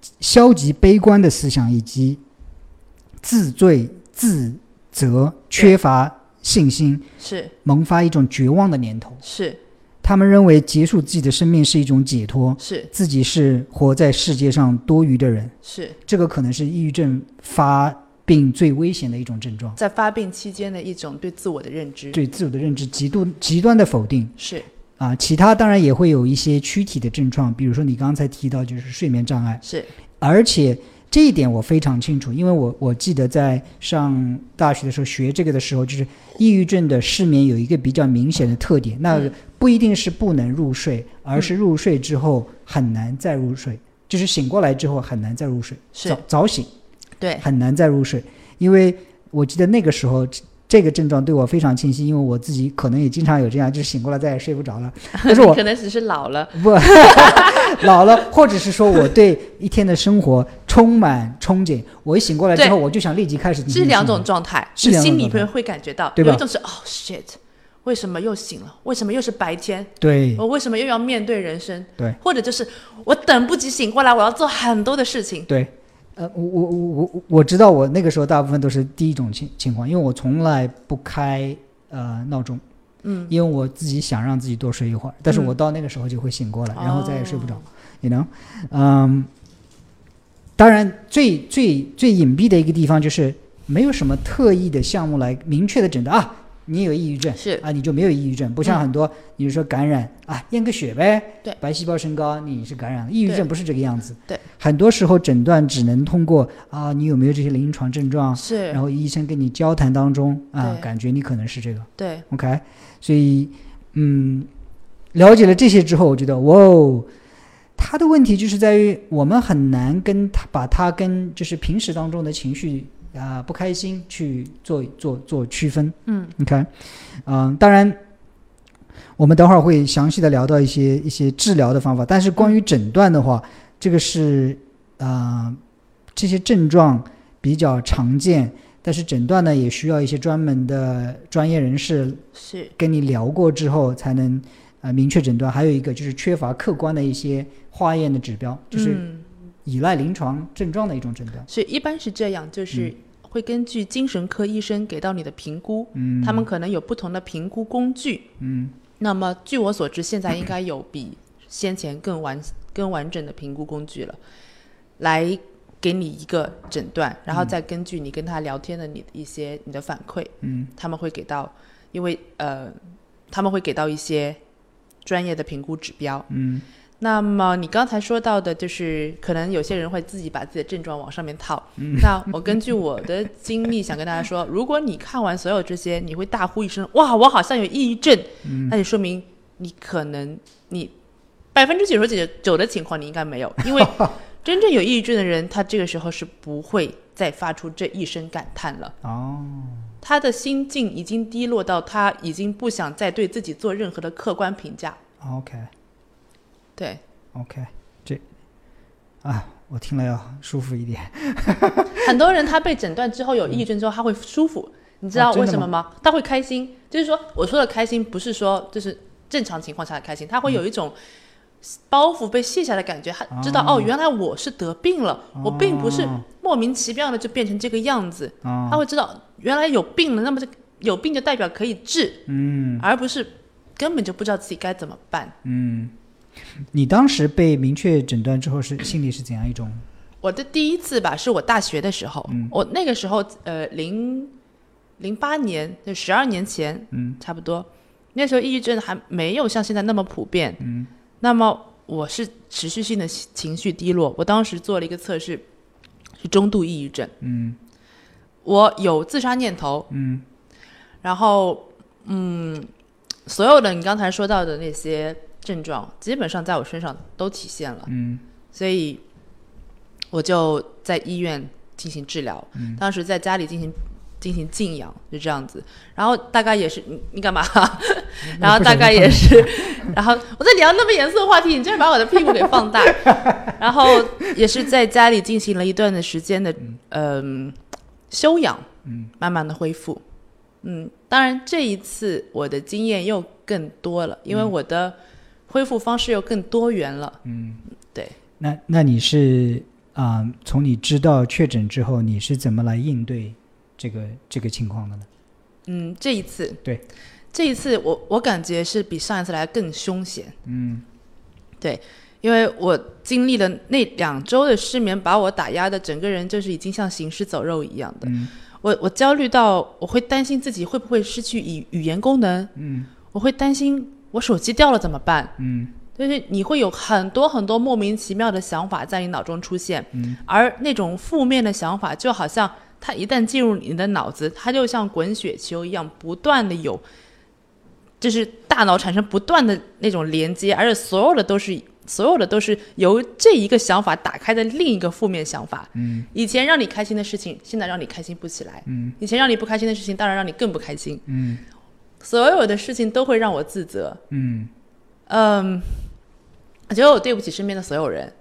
消极悲观的思想，以及自罪自责、缺乏信心， 是萌发一种绝望的念头。 是， 他们认为结束自己的生命是一种解脱， 是自己是活在世界上多余的人。 是， 这个可能是抑郁症发病最危险的一种症状， 在发病期间的一种对自我的认知， 对自我的认知极端的否定。 是其他当然也会有一些躯体的症状，比如说你刚才提到就是睡眠障碍， 是， 而且这一点我非常清楚，因为我记得在上大学的时候学这个的时候，就是抑郁症的失眠有一个比较明显的特点，那不一定是不能入睡，而是入睡之后很难再入睡，就是醒过来之后很难再入睡，早醒， 对， 很难再入睡。因为我记得那个时候这个症状对我非常清晰，因为我自己可能也经常有这样，就是醒过来再也睡不着了。但是我可能只是老了， 不老了，或者是说我对一天的生活充满憧憬，我一醒过来之后，我就想立即开始。 是两种状态，你心里会感觉到， 对吧？ 有一种是shit，为什么又醒了？为什么又是白天？ 对， 我为什么又要面对人生？ 对， 或者就是我等不及醒过来，我要做很多的事情。 对。我知道我那个时候大部分都是第一种情况，因为我从来不开闹钟，因为我自己想让自己多睡一会儿，但是我到那个时候就会醒过来，然后再也睡不着，you know，当然最隐蔽的一个地方就是没有什么特异的项目来明确的诊断你有抑郁症是你就没有抑郁症，不像很多你说感染验个血呗， 对， 白细胞升高你是感染了，抑郁症不是这个样子， 对， 很多时候诊断只能通过你有没有这些临床症状， 是， 然后医生跟你交谈当中感觉你可能是这个， 对 ，OK， 所以了解了这些之后，我觉得他的问题就是在于我们很难把他跟就是平时当中的情绪不开心去做区分，OK， 当然我们等会儿会详细的聊到一些治疗的方法，但是关于诊断的话，这个是这些症状比较常见，但是诊断呢也需要一些专门的专业人士是跟你聊过之后才能明确诊断。还有一个就是缺乏客观的一些化验的指标，就是依赖临床症状的一种诊断。 是一般是这样，就是会根据精神科医生给到你的评估，他们可能有不同的评估工具，那么据我所知现在应该有比先前更完整的评估工具了，来给你一个诊断，然后再根据你跟他聊天的你的反馈，他们会给到，因为他们会给到一些专业的评估指标，那么你刚才说到的就是可能有些人会自己把自己的症状往上面套，那我根据我的经历想跟大家说，如果你看完所有这些你会大呼一声哇我好像有抑郁症，那就说明你可能你99%的情况你应该没有，因为真正有抑郁症的人他这个时候是不会再发出这一声感叹了，他的心境已经低落到他已经不想再对自己做任何的客观评价。 OK， 对 OK， 我听了要舒服一点。 很多人他被诊断之后有抑郁症之后他会舒服，你知道为什么吗？他会开心，就是说我说的开心不是说就是正常情况下的开心，他会有一种包袱被卸下的感觉，他知道原来我是得病了，我并不是莫名其妙的就变成这个样子，他会知道原来有病了，那么有病就代表可以治，而不是根本就不知道自己该怎么办。 你当时被明确诊断之后心里是怎样一种？ 我的第一次吧是我大学的时候，我那个时候08年就12年前，差不多那时候抑郁症还没有像现在那么普遍，那么我是持续性的情绪低落，我当时做了一个测试是中度抑郁症，我有自杀念头，然后所有的你刚才说到的那些症状基本上在我身上都体现了，所以我就在医院进行治疗，当时在家里进行静养，就这样子，然后大概也是你干嘛然后大概也是然后我在聊那么严肃的话题，你竟然把我的屁股给放大然后也是在家里进行了一段的时间的休养，慢慢的恢复。当然这一次我的经验又更多了，因为我的恢复方式又更多元了。对。 那你是从你知道确诊之后，你是怎么来应对这个情况的呢？ 这一次， 对， 这一次我感觉是比上一次来更凶险。对，因为我经历了那2周的失眠，把我打压的整个人就是已经像行尸走肉一样的。我焦虑到我会担心自己会不会失去语言功能。我会担心我手机掉了怎么办。就是你会有很多很多莫名其妙的想法在你脑中出现。而那种负面的想法就好像它一旦进入你的脑子，它就像滚雪球一样不断的有，就是大脑产生不断的那种连接，而且所有的都是由这一个想法打开的另一个负面想法。以前让你开心的事情现在让你开心不起来。以前让你不开心的事情当然让你更不开心。所有的事情都会让我自责。我觉得我对不起身边的所有人。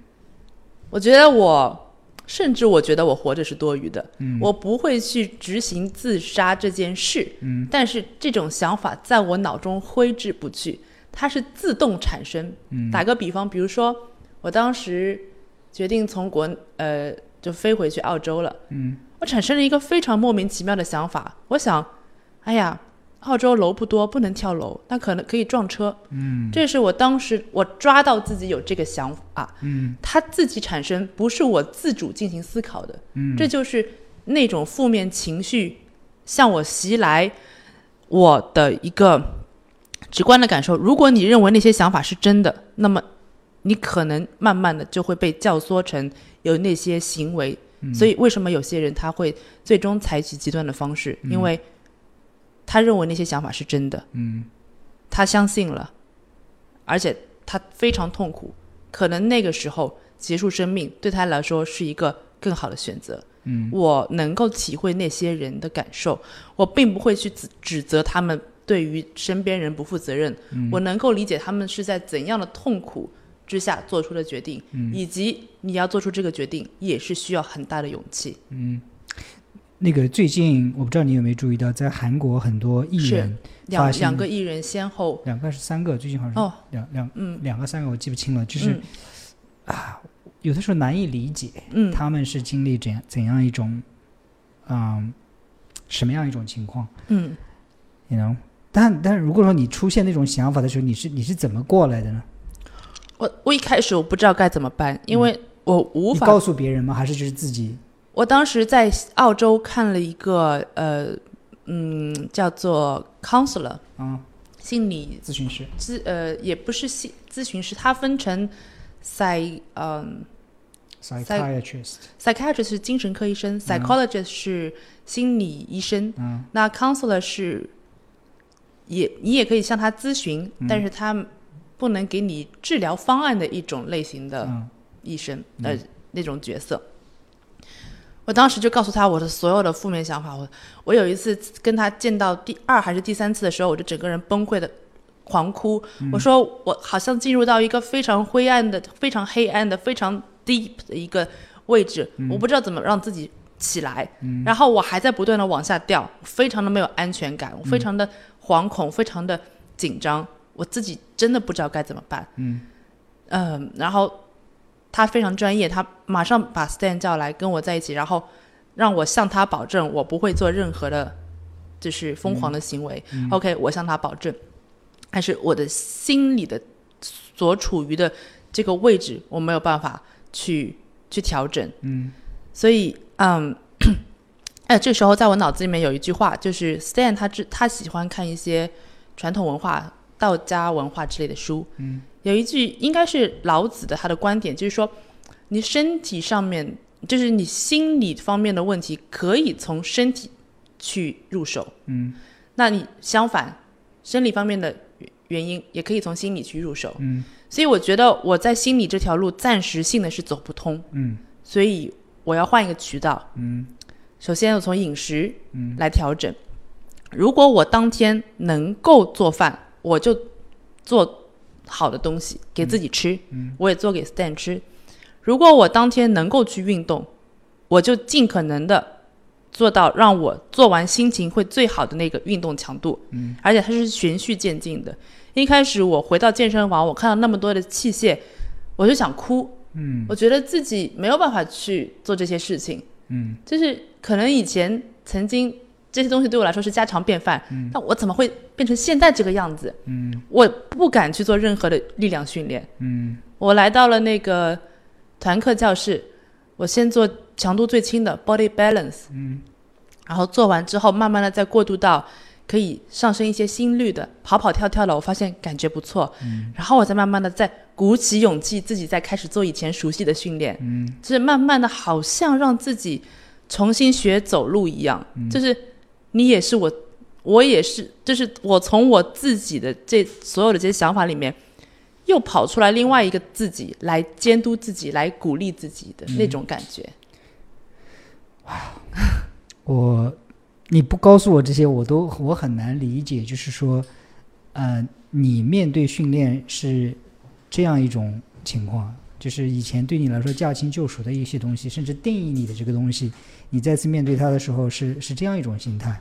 甚至我觉得我活着是多余的。我不会去执行自杀这件事。但是这种想法在我脑中挥之不去，它是自动产生。打个比方，比如说我当时决定从就飞回去澳洲了。我产生了一个非常莫名其妙的想法，我想，哎呀，澳洲楼不多，不能跳楼，那可能可以撞车。这是我当时我抓到自己有这个想法。它自己产生，不是我自主进行思考的。这就是那种负面情绪向我袭来我的一个直观的感受。如果你认为那些想法是真的，那么你可能慢慢的就会被教唆成有那些行为。所以为什么有些人他会最终采取极端的方式？因为他认为那些想法是真的。他相信了，而且他非常痛苦，可能那个时候结束生命对他来说是一个更好的选择。我能够体会那些人的感受，我并不会去指责他们对于身边人不负责任。我能够理解他们是在怎样的痛苦之下做出的决定。以及你要做出这个决定也是需要很大的勇气。 那个最近我不知道你有没有注意到，在韩国很多艺人两个艺人先后 2个是3个，最近好像是两个3个我记不清了，就是有的时候难以理解。他们是经历怎样一种什么样一种情况。但如果说你出现那种想法的时候，你是怎么过来的呢？ 我一开始我不知道该怎么办，因为我无法。 你告诉别人吗？还是就是自己？ 我当时在澳洲看了一个叫做 counselor。心理咨询师。 也不是咨询师，它分成psychiatrist 是精神科医生。psychologist 是心理医生。那 counselor 是你也可以向他咨询。但是他不能给你治疗方案的一种类型的医生。那种角色。我当时就告诉他我的所有的负面想法。我有一次跟他见到第2还是第3次的时候，我就整个人崩溃的狂哭。我说我好像进入到一个非常灰暗的、非常黑暗的、非常 deep 的一个位置。我不知道怎么让自己起来。然后我还在不断的往下掉，非常的没有安全感，我非常的惶恐，非常的紧张，我自己真的不知道该怎么办。然后他非常专业，他马上把 Stan 叫来跟我在一起，然后让我向他保证我不会做任何的就是疯狂的行为。OK， 我向他保证。但是我的心里的所处于的这个位置我没有办法去调整。所以这时候在我脑子里面有一句话，就是 Stan 他喜欢看一些传统文化、道家文化之类的书。有一句应该是老子的他的观点，就是说你身体上面就是你心理方面的问题可以从身体去入手。那你相反生理方面的原因也可以从心理去入手。所以我觉得我在心理这条路暂时性的是走不通。所以我要换一个渠道。首先我从饮食来调整。如果我当天能够做饭，我就做好的东西给自己吃。我也做给 Stan 吃。如果我当天能够去运动，我就尽可能的做到让我做完心情会最好的那个运动强度。而且它是循序渐进的。一开始我回到健身房，我看到那么多的器械，我就想哭。 我觉得自己没有办法去做这些事情，就是可能以前曾经这些东西对我来说是家常便饭，那我怎么会变成现在这个样子？我不敢去做任何的力量训练。我来到了那个团课教室，我先做强度最轻的 body balance，然后做完之后慢慢的再过渡到可以上升一些心率的跑跑跳跳的，我发现感觉不错，然后我再慢慢的再鼓起勇气自己再开始做以前熟悉的训练，就是慢慢的好像让自己重新学走路一样，就是你也是我也是，就是我从我自己的这所有的这些想法里面又跑出来另外一个自己来监督自己来鼓励自己的那种感觉。 你不告诉我这些我很难理解，就是说你面对训练是这样一种情况，就是以前对你来说驾轻就熟的一些东西，甚至定义你的这个东西，你再次面对它的时候是这样一种心态。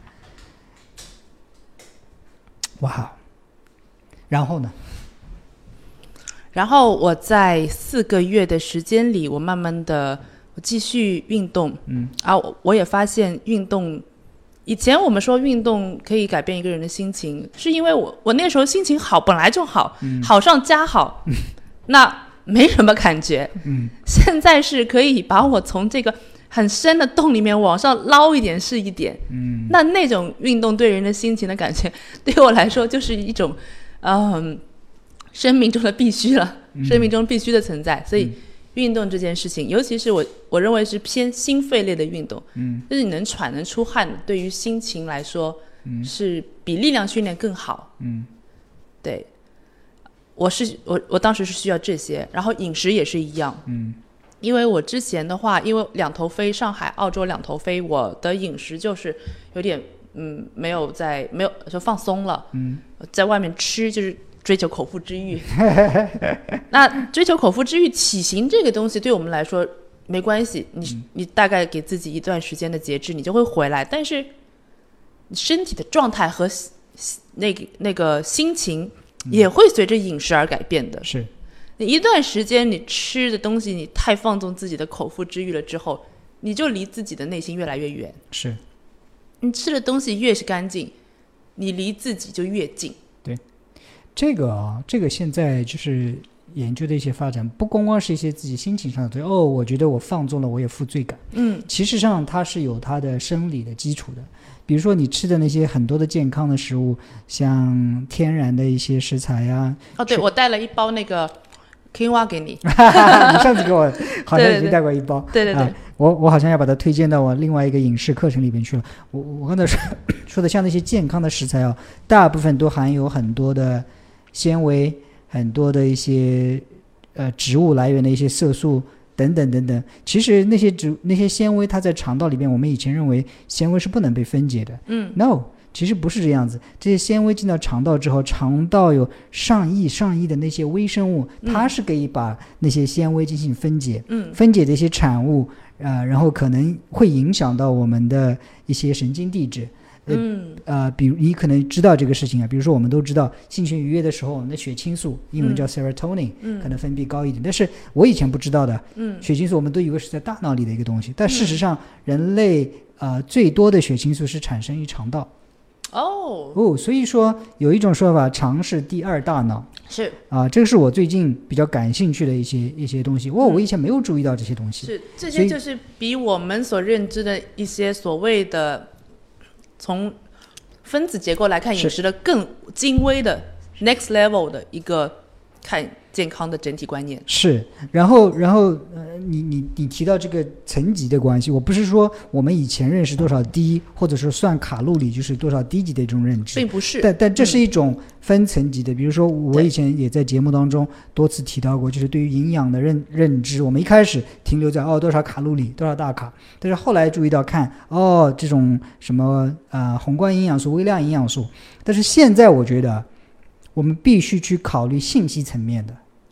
哇，然后呢？ 然后我在4个月的时间里，我慢慢的继续运动，我也发现运动，以前我们说运动可以改变一个人的心情，是因为我那时候心情好，本来就好，好上加好，那没什么感觉，现在是可以把我从这个很深的洞里面往上捞一点是一点，那种运动对人的心情的感觉，对我来说就是一种生命中的必须了，生命中必须的存在。所以运动这件事情，尤其是我认为是偏心肺类的运动，就是你能喘能出汗，对于心情来说，是比力量训练更好。对，我当时是需要这些，然后饮食也是一样。因为我之前的话，因为2头飞，上海、澳洲2头飞，我的饮食就是有点没有就放松了，在外面吃就是追求口腹之欲。那追求口腹之欲，体型这个东西对我们来说没关系，你大概给自己一段时间的节制，你就会回来。但是你身体的状态和那个心情也会随着饮食而改变的。 是， 你一段时间你吃的东西你太放纵自己的口腹之欲了之后，你就离自己的内心越来越远。 是， 你吃的东西越是干净，你离自己就越近。 对，这个现在就是研究的一些发展，不光光是一些自己心情上的东西，我觉得我放纵了我也负罪感，其实上它是有它的生理的基础的。比如说你吃的那些很多的健康的食物，像天然的一些食材呀。 对，我带了一包那个quinoa给你。 你上次给我好像已经带过一包。 对， 我好像要把它推荐到我另外一个饮食课程里边去了。我刚才说的像那些健康的食材大部分都含有很多的纤维，很多的一些植物来源的一些色素等等等等。其实那些纤维它在肠道里面，我们以前认为纤维是不能被分解的，no， 其实不是这样子。这些纤维进到肠道之后，肠道有上亿的那些微生物，它是可以把那些纤维进行分解，分解的一些产物然后可能会影响到我们的一些神经递质。比如你可能知道这个事情比如说我们都知道性情愉悦的时候，我们的血清素英文叫 serotonin，可能分泌高一点，但是我以前不知道的，血清素我们都以为是在大脑里的一个东西，但事实上人类最多的血清素是产生于肠道。所以说有一种说法，肠是第2大脑。 是这个是我最近比较感兴趣的一些东西。我以前没有注意到这些东西。 是，这些就是比我们所认知的一些所谓的从分子结构来看饮食的更精微的 next level 的一个看健康的整体观念。 是，然后你提到这个层级的关系，我不是说我们以前认识多少低，或者说算卡路里就是多少低级的这种认知， 并不是。 但这是一种分层级的。比如说我以前也在节目当中多次提到过，就是对于营养的认知，我们一开始停留在多少卡路里多少大卡，但是后来注意到看这种什么宏观营养素微量营养素，但是现在我觉得我们必须去考虑信息层面的。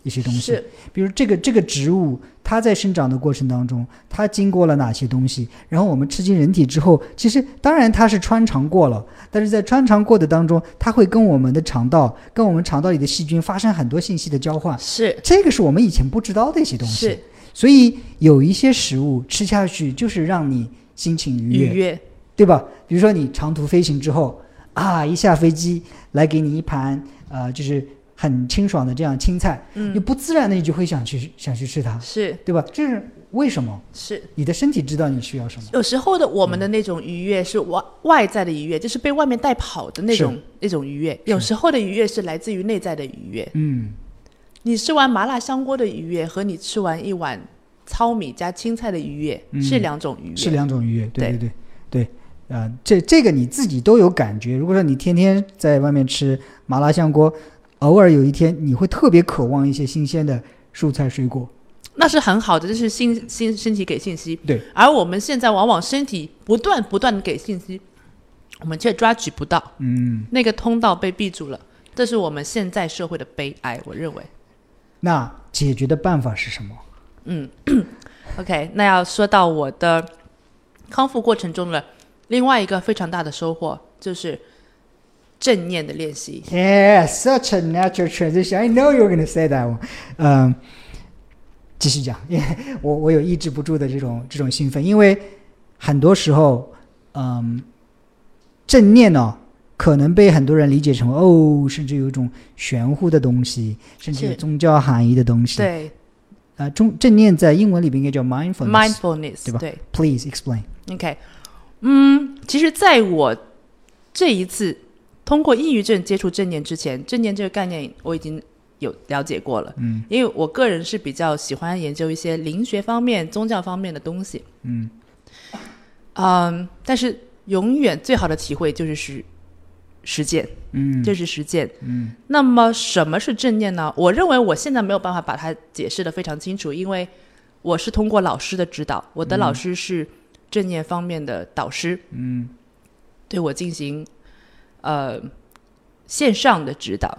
一些东西，比如这个植物它在生长的过程当中它经过了哪些东西，然后我们吃进人体之后，其实当然它是穿肠过了，但是在穿肠过的当中它会跟我们的肠道跟我们肠道里的细菌发生很多信息的交换， 是这个是我们以前不知道的一些东西，所以有一些食物吃下去就是让你心情愉悦，对吧？比如说你长途飞行之后一下飞机来给你一盘就是很清爽的这样青菜，你不自然的你就会想去吃它， 是对吧？这是为什么？ 是你的身体知道你需要什么。 有时候的我们的那种愉悦是外在的愉悦，就是被外面带跑的那种愉悦，有时候的愉悦是来自于内在的愉悦。你吃完麻辣香锅的愉悦和你吃完一碗糙米加青菜的愉悦是两种愉悦， 是两种愉悦，对对对对。这个你自己都有感觉。如果说你天天在外面吃麻辣香锅，偶尔有一天你会特别渴望一些新鲜的蔬菜水果， 那是很好的，这是身体给信息。 对， 而我们现在往往身体不断的给信息，我们却抓取不到，那个通道被闭住了，这是我们现在社会的悲哀，我认为。 那解决的办法是什么 ？OK， 那要说到我的康复过程中的另外一个非常大的收获，就是正念的练习。 Yeah, such a natural transition. I know you were going to say that one. 继续讲，因为我有抑制不住的这种兴奋，因为很多时候正念呢可能被很多人理解成甚至有一种玄乎的东西，甚至有宗教含义的东西。 对， 正念在英文里边应该叫 mindfulness， 对吧？ 对 Please explain. OK， 其实在我这一次通过抑郁症接触正念之前，正念这个概念我已经有了解过了。因为我个人是比较喜欢研究一些灵学方面、宗教方面的东西。但是永远最好的体会就是实践，就是实践。那么什么是正念呢？我认为我现在没有办法把它解释得非常清楚，因为我是通过老师的指导，我的老师是正念方面的导师，对我进行线上的指导。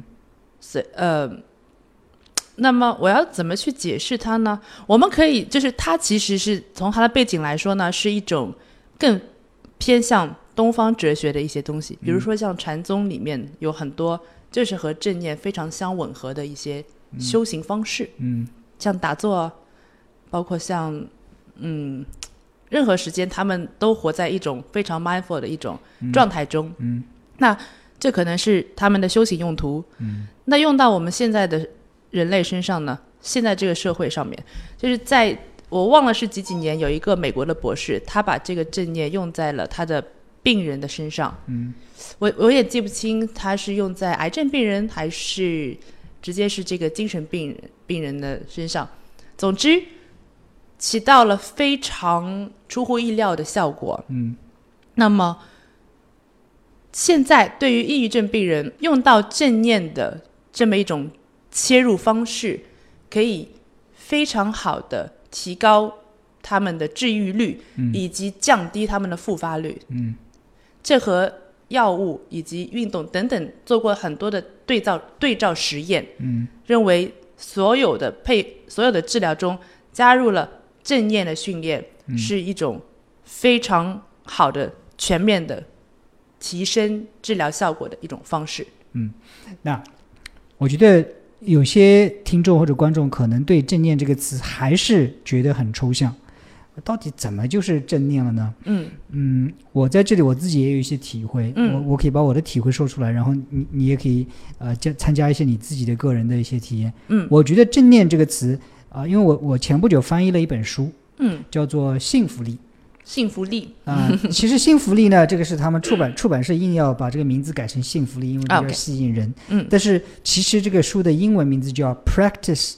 那么我要怎么去解释它呢？我们可以就是它其实是从它的背景来说呢，是一种更偏向东方哲学的一些东西，比如说像禅宗里面有很多就是和正念非常相吻合的一些修行方式，像打坐，包括像任何时间他们都活在一种非常 mindful 的一种状态中。那这可能是他们的修行用途。那用到我们现在的人类身上呢，现在这个社会上面，就是在我忘了是几年，有一个美国的博士，他把这个正念用在了他的病人的身上。我也记不清他是用在癌症病人还是直接是这个精神病人的身上，总之起到了非常出乎意料的效果。那么现在对于抑郁症病人用到正念的这么一种切入方式，可以非常好的提高他们的治愈率，以及降低他们的复发率。这和药物以及运动等等做过很多的对照实验，认为所有的治疗中加入了正念的训练，是一种非常好的全面的提升治疗效果的一种方式。 那我觉得有些听众或者观众可能对正念这个词还是觉得很抽象，到底怎么就是正念了呢？我在这里我自己也有一些体会，我可以把我的体会说出来，然后你也可以参加一些你自己的个人的一些体验。我觉得正念这个词因为我前不久翻译了一本书，叫做《幸福力》。 幸福力其实幸福力呢，这个是他们出版社硬要把这个名字改成幸福力，因为比较吸引人。但是其实这个书的英文名字叫 Practice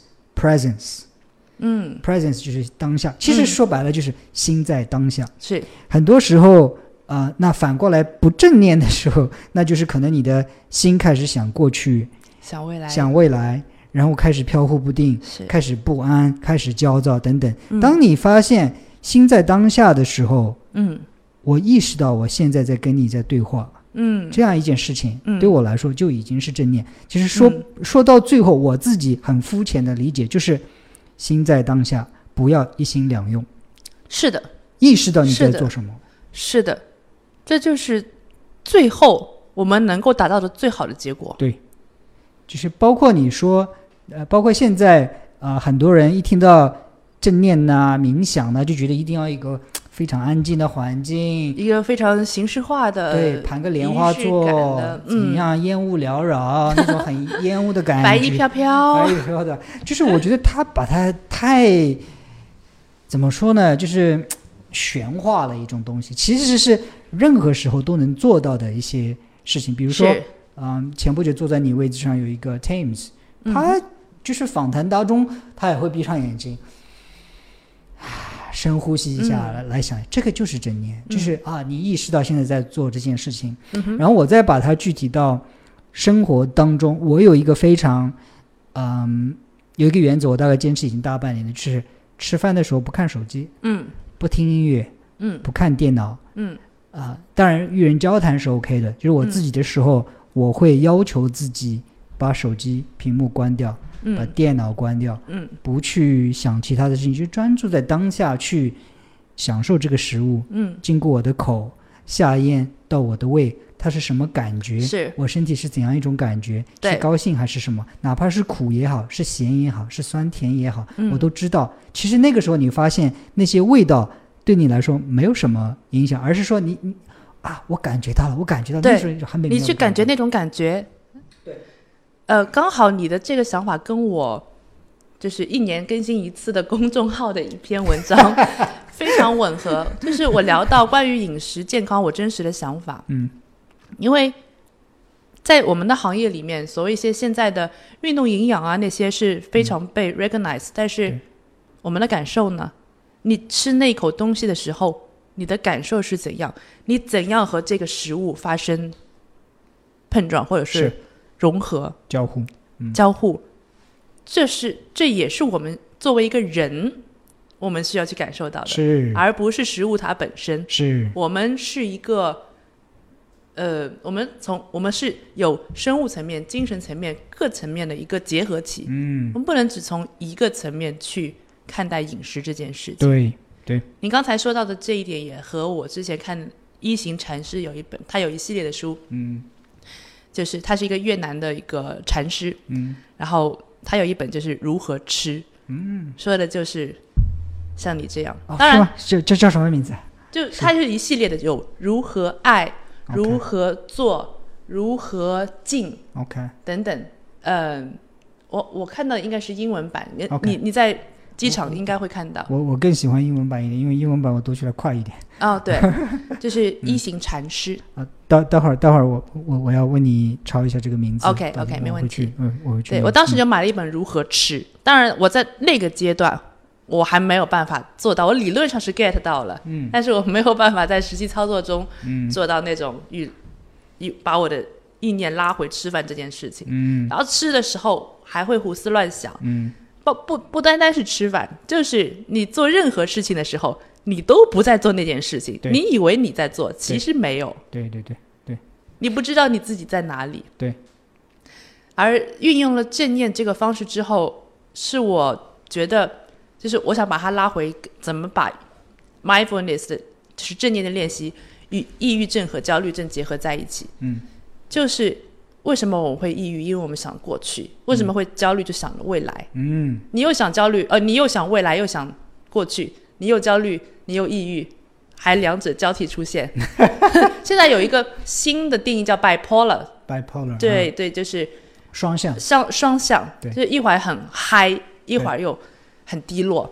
Presence。Presence 就是当下，其实说白了就是心在当下。 是很多时候那反过来不正念的时候，那就是可能你的心开始想过去，想未来，然后开始飘忽不定，开始不安，开始焦躁等等。当你发现心在当下的时候，我意识到我现在在跟你在对话， 这样一件事情，对我来说就已经是正念。其实说到最后，我自己很肤浅的理解就是心在当下，不要一心两用。 是的， 意识到你在做什么。 是的，这就是最后我们能够达到的最好的结果。 对，就是包括你说包括现在很多人一听到正念冥想就觉得一定要一个非常安静的环境， 一个非常形式化的， 对，盘个莲花座，怎样烟雾缭绕那种很烟雾的感觉， 白衣飘飘， 白衣飘飘的，就是我觉得他把它太怎么说呢，就是玄化了一种东西，其实是任何时候都能做到的一些事情。比如说前不久坐在你位置上有一个 Thames， 他就是访谈当中他也会闭上眼睛深呼吸一下来想，这个就是正念，就是你意识到现在在做这件事情，然后我再把它具体到生活当中。我有一个非常有一个原则，我大概坚持已经大半年了，就是吃饭的时候不看手机，不听音乐，不看电脑，当然与人交谈是 OK 的，就是我自己的时候，我会要求自己把手机屏幕关掉，把电脑关掉，不去想其他的事情，就专注在当下去享受这个食物，经过我的口下咽到我的胃，它是什么感觉， 是我身体是怎样一种感觉，是高兴还是什么，哪怕是苦也好，是咸也好，是酸甜也好，我都知道。其实那个时候你发现那些味道对你来说没有什么影响，而是说你我感觉到了，我感觉到那时候很美妙， 你去感觉那种感觉。对，刚好你的这个想法跟我就是1年更新一次的公众号的一篇文章非常吻合，就是我聊到关于饮食健康我真实的想法。因为在我们的行业里面，所谓一些现在的运动营养那些是非常被 recognize，但是我们的感受呢？你吃那口东西的时候，你的感受是怎样？你怎样和这个食物发生碰撞，或者是融合、 交互？ 这也是我们作为一个人，我们需要去感受到的， 是而不是食物它本身。 是我们是一个我们是有生物层面、精神层面各层面的一个结合体。我们不能只从一个层面去看待饮食这件事情。 对， 你刚才说到的这一点也和我之前看一行禅师有一本，他有一系列的书，就是他是一个越南的一个禅师，然后他有一本就是如何吃，说的就是像你这样。当然这叫什么名字？ 就他是一系列的，有如何爱，如何做，如何静，等等。我看到应该是英文版，你在机场应该会看到。 我更喜欢英文版一点，因为英文版我读起来快一点。 对，就是一行禅师。 待会儿我要问你抄一下这个名字。 OK， 没问题。 我会去。 对，我当时就买了一本如何吃。当然我在那个阶段我还没有办法做到，我理论上是 get 到了，但是我没有办法在实际操作中做到那种把我的意念拉回吃饭这件事情。然后吃的时候还会胡思乱想。不单单是吃饭，就是你做任何事情的时候，你都不在做那件事情，你以为你在做，其实没有。 对， 你不知道你自己在哪里。 对。 而运用了正念这个方式之后，是我觉得就是我想把它拉回，怎么把 mindfulness 的就是正念的练习与抑郁症和焦虑症结合在一起。就是为什么我会抑郁？因为我们想过去。为什么会焦虑？就想未来。你又想焦虑，你又想未来，又想过去，你又焦虑，你又抑郁，还两者交替出现。现在有一个新的定义叫 bipolar。对，就是双向。 就是一会儿很嗨，一会儿又很低落。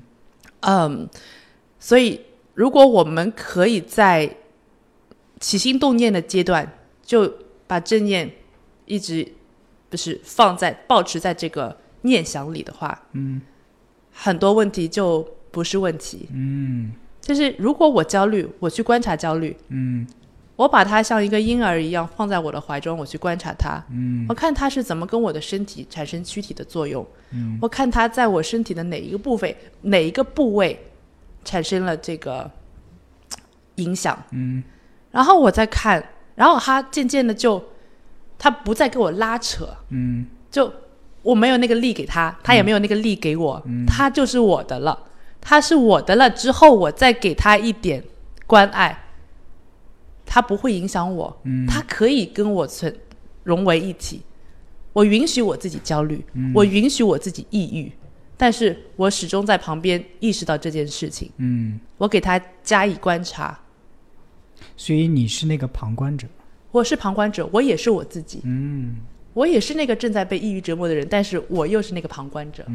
所以如果我们可以在起心动念的阶段就把正念一直就是保持在这个念想里的话，很多问题就不是问题。就是如果我焦虑，我去观察焦虑，我把它像一个婴儿一样放在我的怀中，我去观察它，我看它是怎么跟我的身体产生躯体的作用，我看它在我身体的哪一个部位产生了这个影响，然后我再看然后他渐渐的他不再给我拉扯，就我没有那个力给他，他也没有那个力给我，他就是我的了，他是我的了之后，我再给他一点关爱，他不会影响我，他可以跟我融为一体。我允许我自己焦虑，我允许我自己抑郁，但是我始终在旁边意识到这件事情，我给他加以观察。 所以你是那个旁观者？ 我是旁观者，我也是我自己，我也是那个正在被抑郁折磨的人，但是我又是那个旁观者。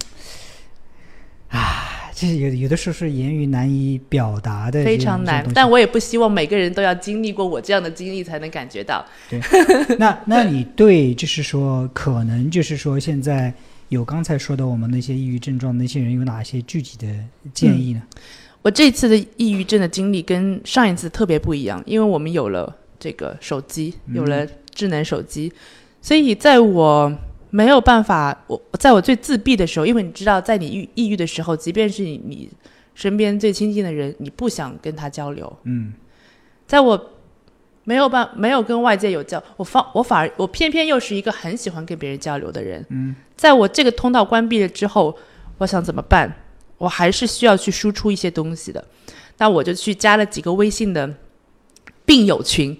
这有的时候是言语难以表达的， 非常难，但我也不希望每个人都要经历过我这样的经历才能感觉到。 对，那你对就是说可能就是说现在有刚才说的我们那些抑郁症状的那些人有哪些具体的建议呢？ 我这次的抑郁症的经历跟上一次特别不一样，因为我们有了这个手机，有了智能手机，所以在我没有办法，在我最自闭的时候，因为你知道在你抑郁的时候，即便是你身边最亲近的人，你不想跟他交流，在我没有跟外界有我偏偏又是一个很喜欢跟别人交流的人，在我这个通道关闭了之后，我想怎么办？我还是需要去输出一些东西的，那我就去加了几个微信的病友群，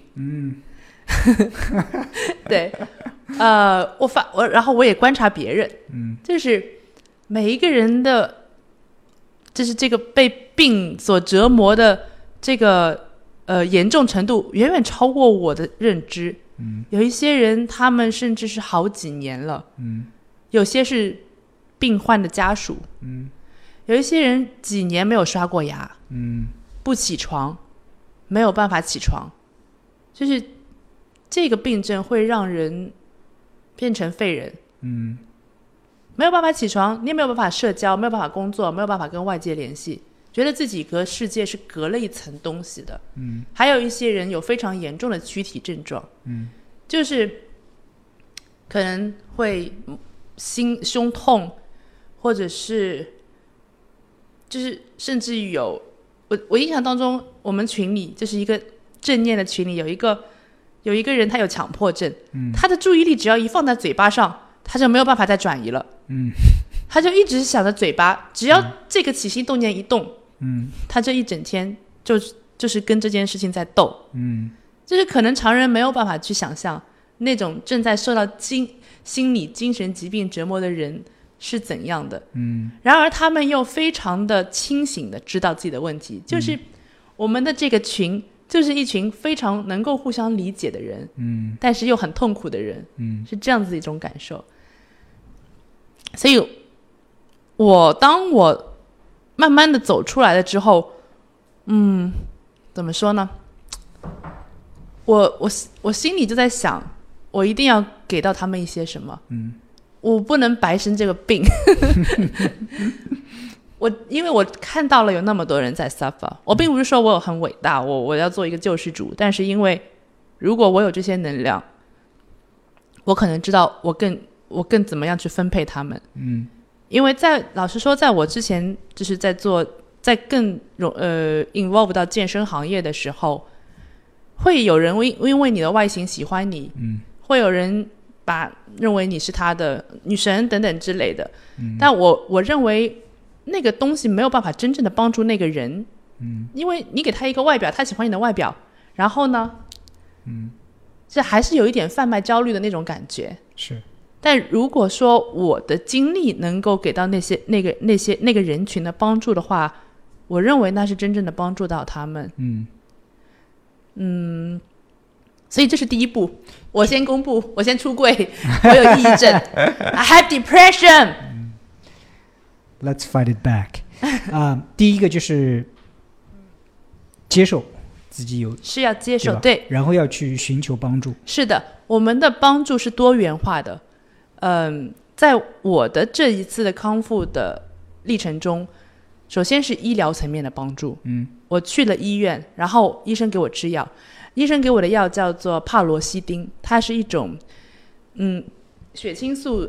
对，然后我也观察别人，就是每一个人的，就是这个被病所折磨的这个严重程度远远超过我的认知，有一些人他们甚至是好几年了，有些是病患的家属，有一些人几年没有刷过牙，不起床，没有办法起床，就是这个病症会让人变成废人，没有办法起床，你也没有办法社交，没有办法工作，没有办法跟外界联系，觉得自己和世界是隔了一层东西的，还有一些人有非常严重的躯体症状，就是可能会胸痛，或者是就是甚至于我印象当中，我们群里就是一个正念的群里有一个人，他有强迫症，他的注意力只要一放在嘴巴上，他就没有办法再转移了，他就一直想着嘴巴，只要这个起心动念一动，他这一整天就是跟这件事情在斗，就是可能常人没有办法去想象那种正在受到心理精神疾病折磨的人是怎样的，然而他们又非常的清醒的知道自己的问题，就是我们的这个群就是一群非常能够互相理解的人，但是又很痛苦的人，是这样子的一种感受。所以当我慢慢的走出来了之后，怎么说呢，我心里就在想，我一定要给到他们一些什么，我不能白生这个病因为我看到了有那么多人在 suffer， 我并不是说我有很伟大，我要做一个救世主，但是因为如果我有这些能量，我可能知道我更怎么样去分配他们，因为老实说，在我之前就是在更involve 到健身行业的时候，会有人因为你的外形喜欢你，会有人认为你是他的女神等等之类的，但我认为那个东西没有办法真正的帮助那个人，因为你给他一个外表，他喜欢你的外表，然后呢，这还是有一点贩卖焦虑的那种感觉， 是。 但如果说我的经历能够给到那个人群的帮助的话，我认为那是真正的帮助到他们，所以这是第一步，我先公布，我先出柜，我有抑郁症I have depression Let's fight it back 第一个就是接受自己是要接受， 对， 然后要去寻求帮助。 是的，我们的帮助是多元化的，在我的这一次的康复的历程中，首先是医疗层面的帮助，我去了医院，然后医生给我吃药，医生给我的药叫做帕罗西丁，它是一种血清素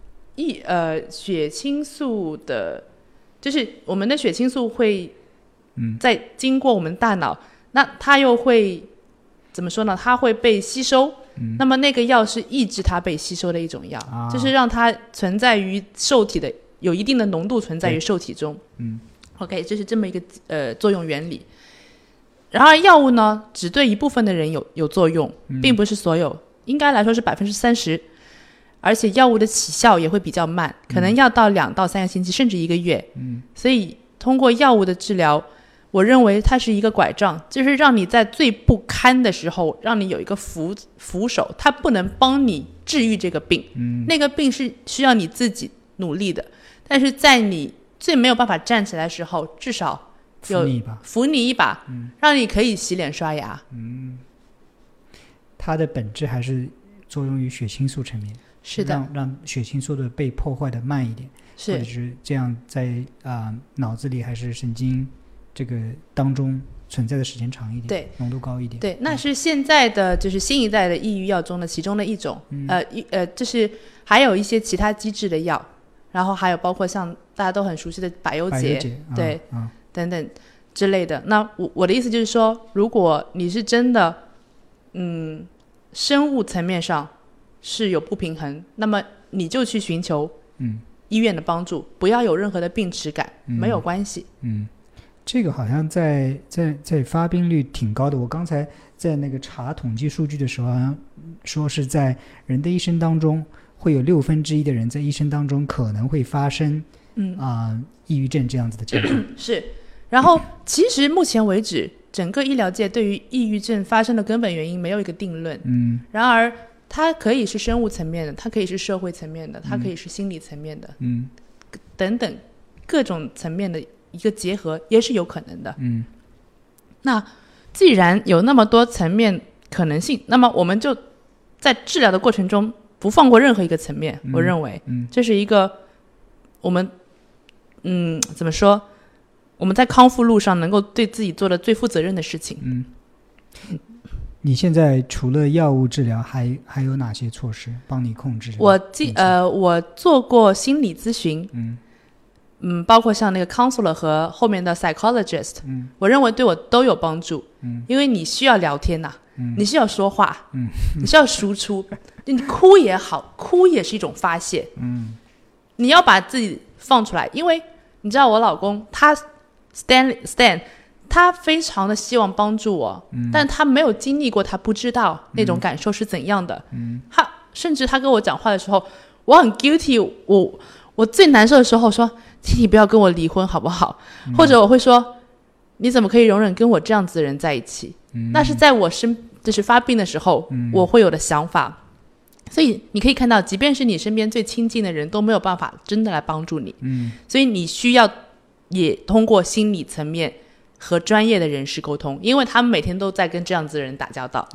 的，就是我们的血清素会在经过我们大脑，那它又会怎么说呢？它会被吸收。那么那个药是抑制它被吸收的一种药，就是让它存在于受体的有一定的浓度存在于受体中。OK， 这是这么一个作用原理。然而药物呢，只对一部分的人有作用，并不是所有，应该来说是30%，而且药物的起效也会比较慢，可能要到2到3个星期，甚至1个月。所以通过药物的治疗，我认为它是一个拐杖，就是让你在最不堪的时候，让你有一个扶手，它不能帮你治愈这个病，那个病是需要你自己努力的，但是在你最没有办法站起来的时候，至少扶你一把，让你可以洗脸刷牙。 它的本质还是作用于血清素层面， 是的， 让血清素的被破坏的慢一点，或者是这样在脑子里还是神经这个当中存在的时间长一点， 对， 浓度高一点。 对，那是现在的就是新一代的抑郁药中的其中的一种。就是还有一些其他机制的药，然后还有包括像大家都很熟悉的百忧解，对，等等之类的。那我的意思就是说，如果你是真的生物层面上是有不平衡，那么你就去寻求医院的帮助，不要有任何的病耻感，没有关系。 这个好像在发病率挺高的。我刚才在那个查统计数据的时候，好像说是在人的一生当中，会有1/6的人在一生当中可能会发生抑郁症这样子的情况。 是，然后其实目前为止，整个医疗界对于抑郁症发生的根本原因没有一个定论。然而它可以是生物层面的，它可以是社会层面的，它可以是心理层面的，等等各种层面的一个结合也是有可能的。那既然有那么多层面可能性，那么我们就在治疗的过程中不放过任何一个层面。我认为这是一个我们怎么说，我们在康复路上能够对自己做的最负责任的事情。 你现在除了药物治疗还有哪些措施帮你控制？ 我做过心理咨询，包括像那个 counselor 和后面的 psychologist，我认为对我都有帮助。因为你需要聊天呐，你需要说话，你需要输出，你哭也好，哭也是一种发泄。你要把自己放出来，因为你知道我老公他 Stan 他非常的希望帮助我，但他没有经历过，他不知道那种感受是怎样的。他甚至他跟我讲话的时候，我很 guilty， 我最难受的时候说，请你不要跟我离婚好不好？或者我会说，你怎么可以容忍跟我这样子的人在一起？那是在我就是发病的时候，我会有的想法。所以你可以看到，即便是你身边最亲近的人都没有办法真的来帮助你。所以你需要也通过心理层面和专业的人士沟通，因为他们每天都在跟这样子的人打交道。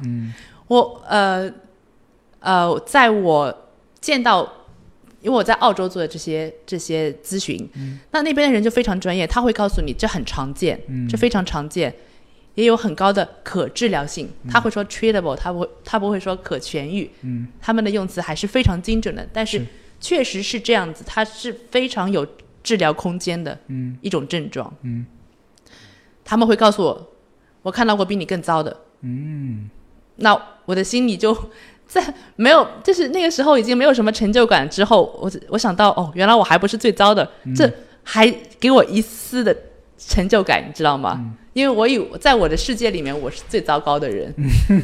在我见到，因为我在澳洲做的这些咨询，那边的人就非常专业，他会告诉你这很常见，这非常常见，也有很高的可治疗性。他会说 treatable， 他不会说可痊愈。他们的用词还是非常精准的，但是确实是这样子，它是非常有治疗空间的一种症状。他们会告诉我，我看到过比你更糟的。那我的心里就在没有，就是那个时候已经没有什么成就感之后，我想到原来我还不是最糟的，这还给我一丝的成就感，你知道吗？因为在我的世界里面我是最糟糕的人。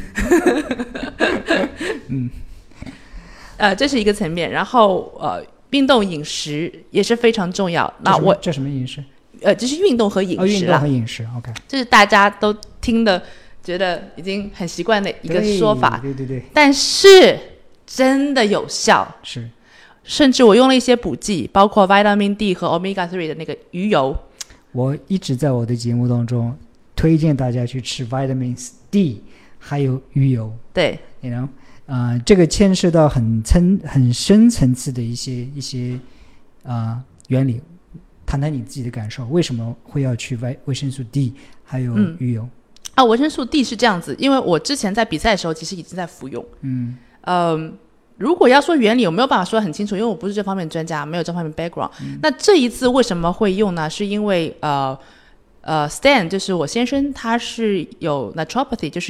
这是一个层面。然后运动饮食也是非常重要。那这什么饮食？ 就是运动和饮食啦。 运动和饮食 OK， 这是大家都听的觉得已经很习惯的一个说法。 对， 但是真的有效。 是， 甚至我用了一些补剂，包括 vitamin D 和 omega 3的那个鱼油。 我一直在我的节目当中推荐大家去吃 vitamin D 还有鱼油。 对 you know， 这个牵涉到很深层次的一些原理。谈谈你自己的感受，为什么会要去维生素 D 还有鱼油？ 维生素 D 是这样子，因为我之前在比赛的时候其实已经在服用。如果要说原理，我没有办法说得很清楚，因为我不是这方面专家，没有这方面 background。那这一次为什么会用呢？是因为Stan 就是我先生，他是有 naturopathy， 就是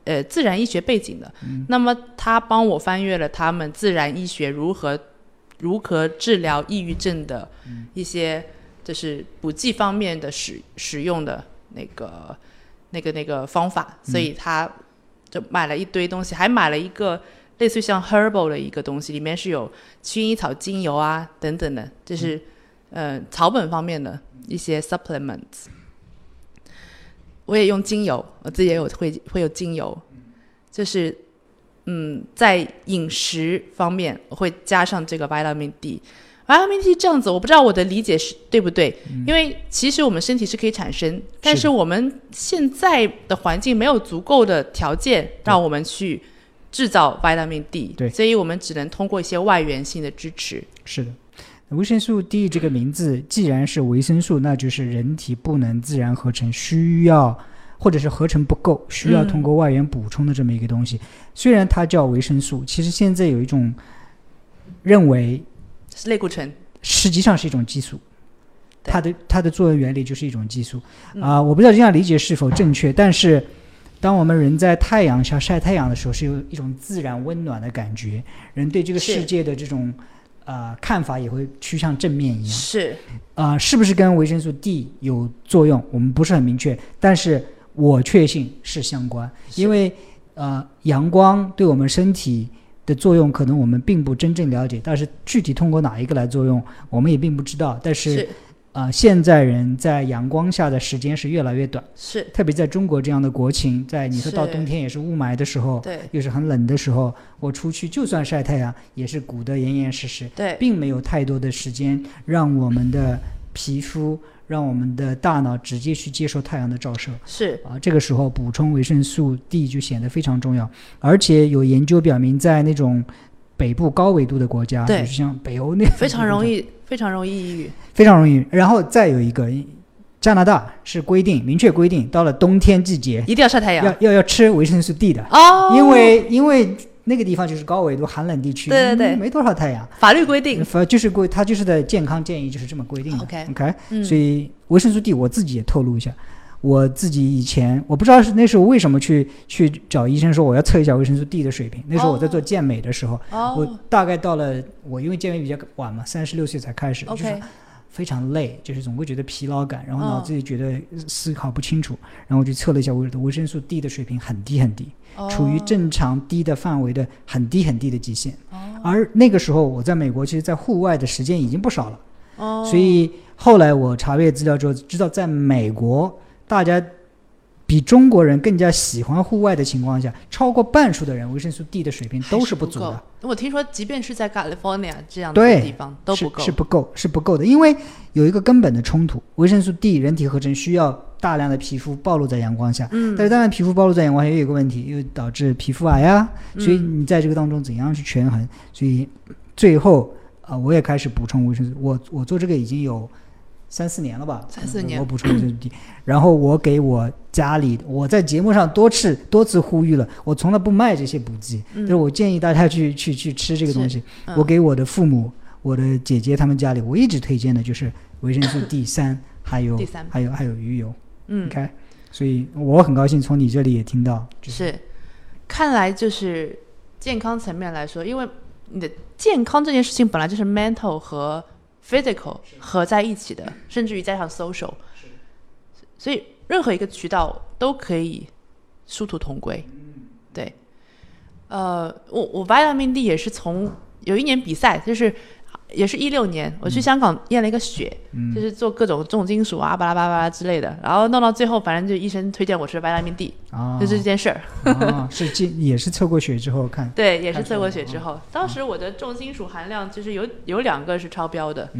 自然医学背景的，那么他帮我翻阅了他们自然医学如何治疗抑郁症的一些就是补剂方面的使用的那个方法，所以他就买了一堆东西，还买了一个类似于像 herbal 的一个东西，里面是有薰衣草精油啊等等的，就是草本方面的一些 supplements。我也用精油，我自己也会有精油，就是在饮食方面我会加上这个 vitamin D。vitamin D 这样子，我不知道我的理解是对不对，因为其实我们身体是可以产生，但是我们现在的环境没有足够的条件让我们去制造 vitamin D， 对， 所以我们只能通过一些外源性的支持。 是的，维生素 D 这个名字既然是维生素，那就是人体不能自然合成，需要或者是合成不够，需要通过外源补充的这么一个东西。虽然它叫维生素，其实现在有一种认为是类固醇， 实际上是一种激素，它的作用原理就是一种激素我不知道这样理解是否正确，但是当我们人在太阳下晒太阳的时候，是有一种自然温暖的感觉，人对这个世界的这种看法也会趋向正面一样。 是是不是跟维生素 D 有作用，我们不是很明确，但是我确信是相关，因为阳光对我们身体的作用可能我们并不真正了解，但是具体通过哪一个来作用我们也并不知道，但是现在人在阳光下的时间是越来越短， 是特别在中国这样的国情，在你说到冬天也是雾霾的时候， 对， 又是很冷的时候，我出去就算晒太阳也是鼓得严严实实， 对， 并没有太多的时间让我们的皮肤让我们的大脑直接去接受太阳的照射， 是这个时候补充维生素 D 就显得非常重要。而且有研究表明，在那种北部高纬度的国家，就是像北欧那非常容易抑郁， 非常容易。然后再有一个，加拿大是明确规定，到了冬天季节一定要晒太阳， 要吃维生素 D 的因为那个地方就是高纬度寒冷地区， 对对对， 没多少太阳， 法律规定， 它就是的健康建议就是这么规定的。OK，所以维生素 D 我自己也透露一下，我自己以前我不知道是那时候为什么去找医生说我要测一下维生素 D 的水平，那时候我在做健美的时候，我大概到了我因为健美比较晚嘛，36岁才开始，就是非常累，就是总会觉得疲劳感，然后脑子里觉得思考不清楚，然后我就测了一下我的维生素 D 的水平很低很低，处于正常低的范围的很低很低的极限。而那个时候我在美国其实在户外的时间已经不少了，所以后来我查阅资料之后知道，在美国大家比中国人更加喜欢户外的情况下，超过半数的人维生素 D 的水平都是不足的。 我听说即便是在 California 这样的地方都不够， 是不够的，因为有一个根本的冲突，维生素 D 人体合成需要大量的皮肤暴露在阳光下，但是当然皮肤暴露在阳光下也有一个问题，又导致皮肤癌啊，所以你在这个当中怎样去权衡，所以最后我也开始补充维生素，我做这个已经有3-4年了吧，3-4年我补充维生素 D， 然后我给我家里，我在节目上多次呼吁了，我从来不卖这些补剂，就是我建议大家去吃这个东西，我给我的父母我的姐姐他们家里我一直推荐的就是维生素 D3 还有鱼油OK， 所以我很高兴从你这里也听到， 是看来就是健康层面来说，因为你的健康这件事情本来就是 mental 和 physical 合在一起的，甚至于加上 social， 所以任何一个渠道都可以殊途同归。对，我 vitamin D 也是从有一年比赛，就是也是16年，我去香港验了一个血，就是做各种重金属啊巴拉巴拉之类的，然后弄到最后，反正就医生推荐我吃 vitamin D，就是这件事儿。 也是测过血之后看？对， 也是测过血之后，当时我的重金属含量就是有2个是超标的。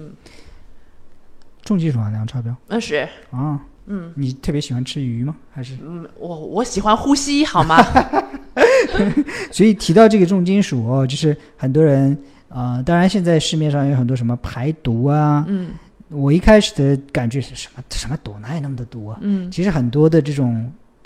重金属含量超标？ 是你特别喜欢吃鱼吗？还是？ 我喜欢呼吸，好吗？ 所以提到这个重金属就是很多人当然现在市面上有很多什么排毒啊，我一开始的感觉是什么毒，哪有那么多毒啊？其实很多的这种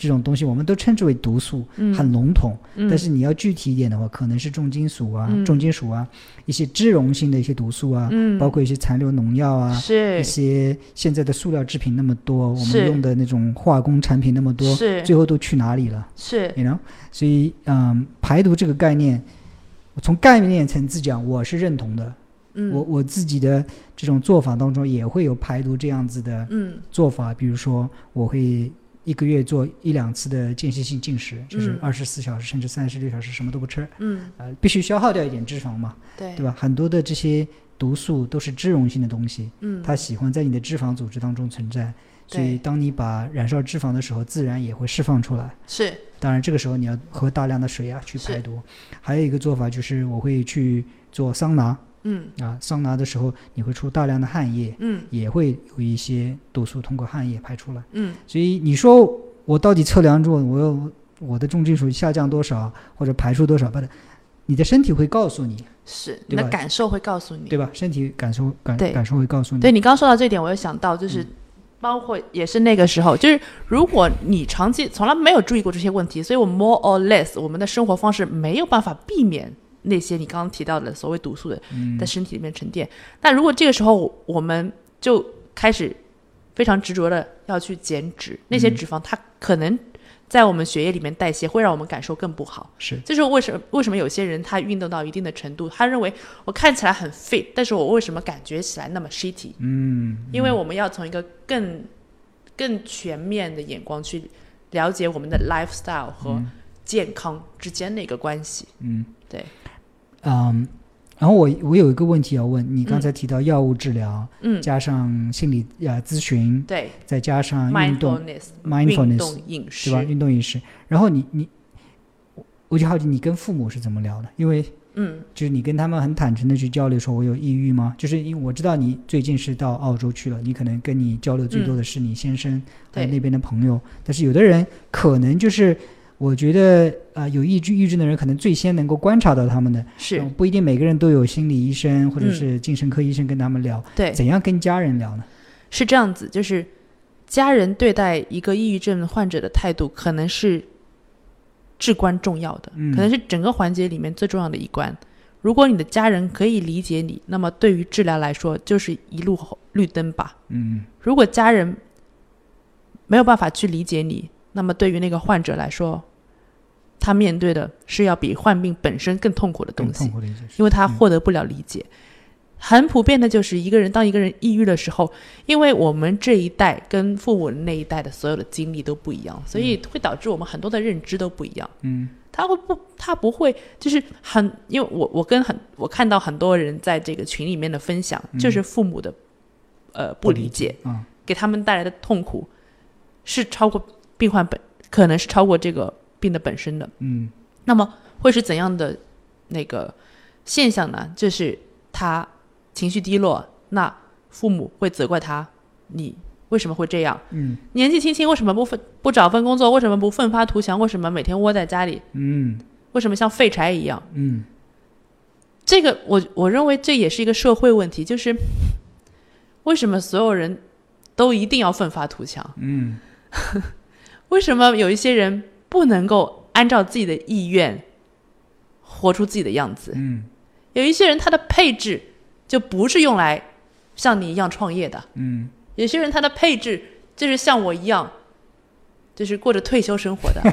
这种东西我们都称之为毒素，很笼统，但是你要具体一点的话，可能是重金属啊、一些脂溶性的一些毒素啊，包括一些残留农药啊，一些现在的塑料制品那么多，我们用的那种化工产品那么多，最后都去哪里了？you know? 所以排毒这个概念，从概念层次讲我是认同的。我自己的这种做法当中也会有排毒这样子的做法，比如说我会1个月做1-2次的间歇性进食，就是24小时甚至36小时什么都不吃，必须消耗掉一点脂肪嘛，对吧？很多的这些毒素都是脂溶性的东西，它喜欢在你的脂肪组织当中存在，所以当你把燃烧脂肪的时候，自然也会释放出来。 是， 当然这个时候你要喝大量的水啊去排毒。还有一个做法就是我会去做桑拿。桑拿的时候你会出大量的汗液，也会有一些毒素通过汗液排出来，所以你说我到底测量住我的重金属下降多少或者排出多少，你的身体会告诉你， 是你的感受会告诉你， 对吧？身体感受会告诉你。 对，你刚说到这点，我有想到就是包括也是那个时候，就是如果你长期从来没有注意过这些问题，所以我 more or less 我们的生活方式没有办法避免那些你刚刚提到的所谓毒素的在身体里面沉淀，那如果这个时候我们就开始非常执着的要去减脂，那些脂肪它可能在我们血液里面代谢，会让我们感受更不好。 是， 这是为什么有些人他运动到一定的程度，他认为我看起来很 fit， 但是我为什么感觉起来那么 shitty？因为我们要从一个更全面的眼光去了解我们的 lifestyle 和健康之间的一个关系。对。 然后我有一个问题要问你，刚才提到药物治疗，加上心理咨询， 对， 再加上运动 mindfulness 饮食， 对吧？运动饮食。然后我就好奇你跟父母是怎么聊的？因为就是你跟他们很坦诚的去交流，说我有抑郁吗？就是因为我知道你最近是到澳洲去了，你可能跟你交流最多的是你先生还有那边的朋友，但是有的人可能就是我觉得有抑郁症的人可能最先能够观察到他们的， 是不一定每个人都有心理医生或者是精神科医生跟他们聊， 对， 怎样跟家人聊呢？ 是这样子，就是家人对待一个抑郁症患者的态度可能是至关重要的，可能是整个环节里面最重要的一关。如果你的家人可以理解你，那么对于治疗来说就是一路绿灯吧。如果家人没有办法去理解你，那么对于那个患者来说，他面对的是要比患病本身更痛苦的东西，因为他获得不了理解。很普遍的就是当一个人抑郁的时候，因为我们这一代跟父母那一代的所有的经历都不一样，所以会导致我们很多的认知都不一样。他不会就是因为我看到很多人在这个群里面的分享，就是父母的不理解，给他们带来的痛苦是超过病患可能是超过这个病的本身的。那么会是怎样的那个现象呢？就是他情绪低落，那父母会责怪他，你为什么会这样？年纪轻轻为什么不找份工作？为什么不奋发图强？为什么每天窝在家里？为什么像废柴一样？这个我认为这也是一个社会问题，就是为什么所有人都一定要奋发图强？为什么有一些人不能够按照自己的意愿活出自己的样子？有一些人他的配置就不是用来像你一样创业的，有些人他的配置就是像我一样，就是过着退休生活的。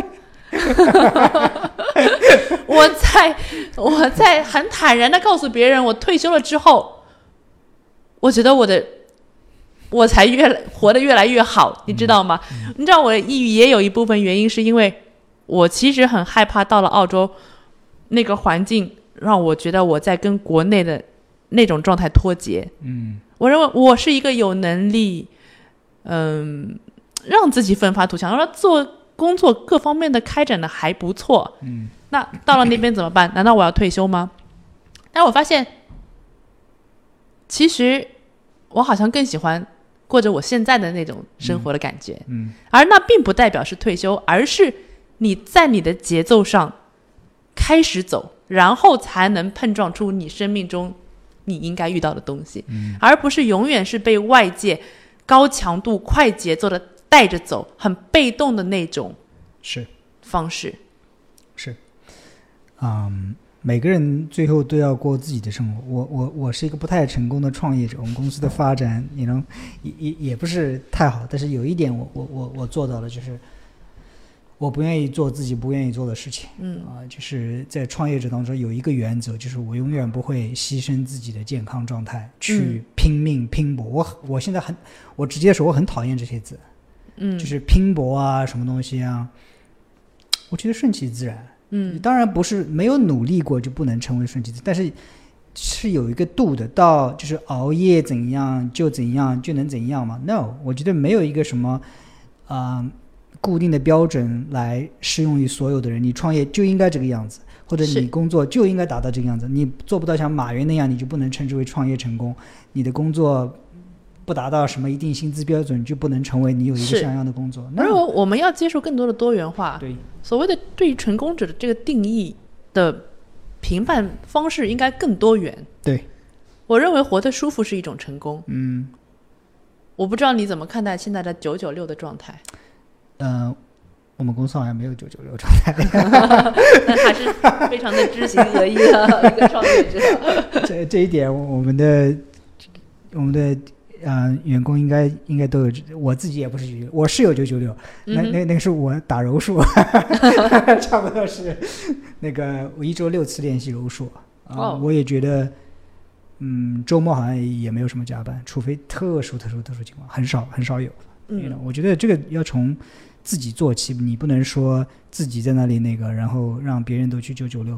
我在很坦然的告诉别人，我退休了之后，我觉得我才活得越来越好，你知道吗？你知道我的抑郁也有一部分原因是因为我其实很害怕到了澳洲那个环境让我觉得我在跟国内的那种状态脱节。我认为我是一个有能力让自己奋发图强，让做工作各方面的开展的还不错。那到了那边怎么办？难道我要退休吗？但我发现其实我好像更喜欢过着我现在的那种生活的感觉。而那并不代表是退休，而是你在你的节奏上开始走，然后才能碰撞出你生命中你应该遇到的东西，而不是永远是被外界高强度快节奏的带着走，很被动的那种方式。 是，每个人最后都要过自己的生活。我是一个不太成功的创业者，我们公司的发展也不是太好，但是有一点我做到了，就是我不愿意做自己不愿意做的事情。就是在创业者当中有一个原则，就是我永远不会牺牲自己的健康状态去拼命拼搏。我现在我直接说我很讨厌这些字，就是拼搏啊什么东西啊，我觉得顺其自然。当然不是没有努力过就不能成为顺其自然，但是是有一个度的，到就是熬夜怎样就怎样就能怎样嘛 ？No， 我觉得没有一个什么固定的标准来适用于所有的人。你创业就应该这个样子，或者你工作就应该达到这个样子。你做不到像马云那样，你就不能称之为创业成功。你的工作不达到什么一定薪资标准，就不能成为你有一个像样的工作。 而我们要接受更多的多元化。 对， 所谓的对于成功者的这个定义的评判方式应该更多元。 对， 我认为活得舒服是一种成功。我不知道你怎么看待现在的996的状态。 我们公司好像没有996状态。 那还是非常的知行合一的一个创业者。 这一点我们的员工应该都有，我自己也不是我是有996，那个是我打柔术，差不多是那个我1周6次练习柔术。我也觉得周末好像也没有什么加班，除非特殊情况，很少有。我觉得这个要从自己做起，你不能说自己在那里然后让别人都去996。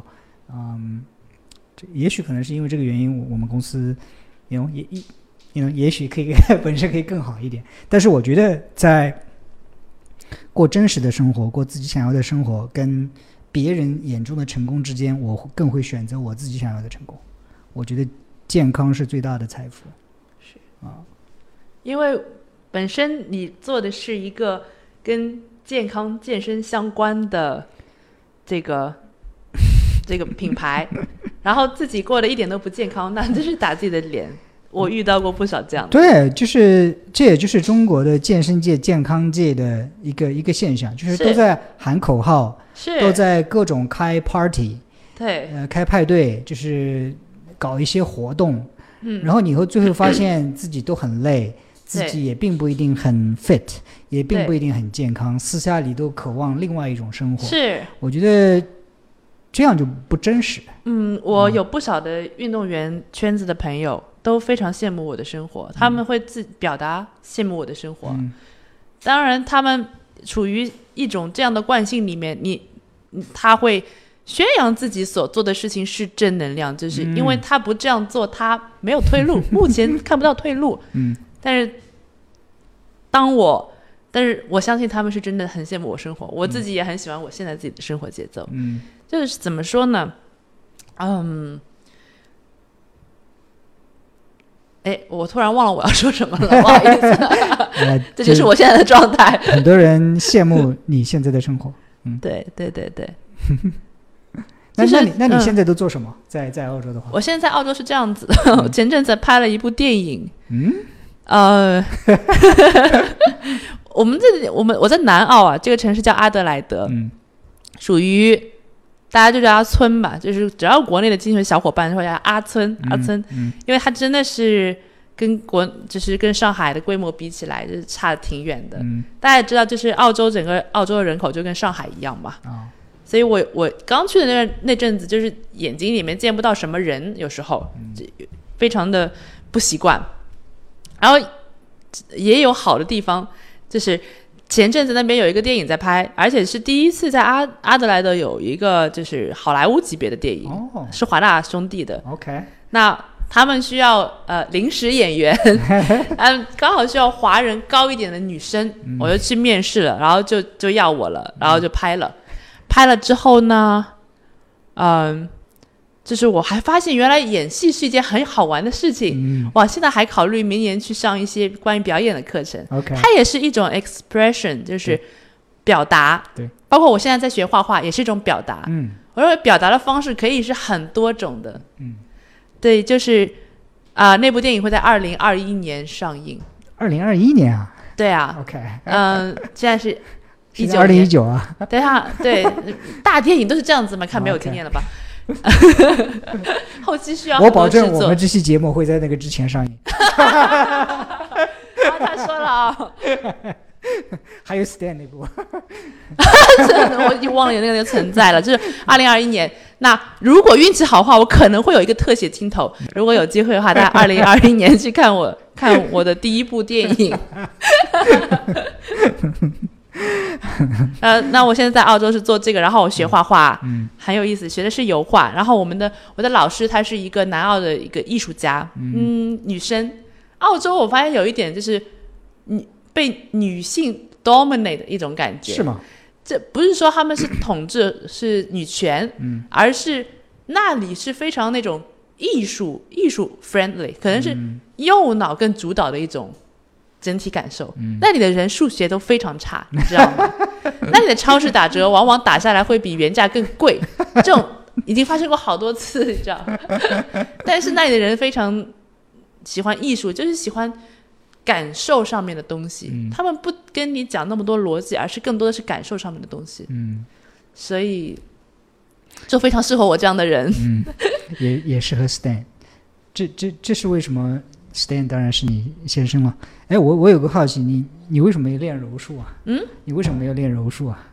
也许可能是因为这个原因，我们公司也许可以本身可以更好一点。但是我觉得在过真实的生活，过自己想要的生活，跟别人眼中的成功之间，我更会选择我自己想要的成功。我觉得健康是最大的财富。 是因为本身你做的是一个跟健康健身相关的这个品牌，然后自己过得一点都不健康，那真是打自己的脸。我遇到过不少这样的。 对，这也就是中国的健身界健康界的一个现象，就是都在喊口号，都在各种开 party， 对， 开派对，就是搞一些活动，然后你会最后发现自己都很累，自己也并不一定很 fit， 也并不一定很健康，私下里都渴望另外一种生活。 是， 我觉得这样就不真实。 我有不少的运动员圈子的朋友都非常羡慕我的生活，他们会表达羡慕我的生活。当然他们处于一种这样的惯性里面，他会宣扬自己所做的事情是正能量，就是因为他不这样做他没有退路，目前看不到退路。但是我相信他们是真的很羡慕我生活，我自己也很喜欢我现在自己的生活节奏。就是怎么说呢，我突然忘了我要说什么了，不好意思。这就是我现在的状态。 很多人羡慕你现在的生活。 对。 那你现在都做什么？在澳洲的话， 我现在在澳洲是这样子的。我前阵子拍了一部电影。我在南澳啊，这个城市叫阿德莱德，属于大家就叫阿村吧，就是只要国内的精神小伙伴会叫阿村，因为它真的是就是跟上海的规模比起来，就是差得挺远的。大家也知道，就是整个澳洲的人口就跟上海一样嘛。所以我刚去的那阵子，就是眼睛里面见不到什么人，有时候非常的不习惯。然后也有好的地方，就是前阵子那边有一个电影在拍，而且是第一次在阿德莱德有一个就是好莱坞级别的电影，是华纳兄弟的。那他们需要临时演员，刚好需要华人高一点的女生，我就去面试了，然后就要我了，然后就拍了。拍了之后呢，就是我还发现原来演戏是一件很好玩的事情。哇，现在还考虑明年去上一些关于表演的课程。它也是一种 expression， 就是表达。 对， 包括我现在在学画画，也是一种表达。我认为表达的方式可以是很多种的。对，就是那部电影会在2021年上映。 2021年啊？ 对啊 OK， 现在是19年 2019啊。 对啊，对，大电影都是这样子嘛，看没有经验了吧？后期需要我保证很多制作我们这期节目会在那个之前上映。 他说了啊， 还有 Stan 那部。 真的我已经忘了有那个存在了，就是2021年。那如果运气好的话，我可能会有一个特写镜头。如果有机会的话，在2021年去看我的第一部电影。那我现在在澳洲是做这个，然后我学画画，很有意思，学的是油画。然后我的老师她是一个南澳的一个艺术家，女生。澳洲我发现有一点就是被女性 dominate 的一种感觉， 是吗？ 这不是说他们是统治是女权，而是那里是非常那种艺术 friendly， 可能是右脑更主导的一种整体感受。那里的人数学都非常差，你知道吗？那里的超市打折往往打下来会比原价更贵，这种已经发生过好多次，你知道。但是那里的人非常喜欢艺术，就是喜欢感受上面的东西，他们不跟你讲那么多逻辑，而是更多的是感受上面的东西。所以就非常适合我这样的人。 也适合 Stan。这是为什么 Stan 当然是你先生了。哎，我有个好奇，你为什么没练柔术啊？你为什么没有练柔术啊？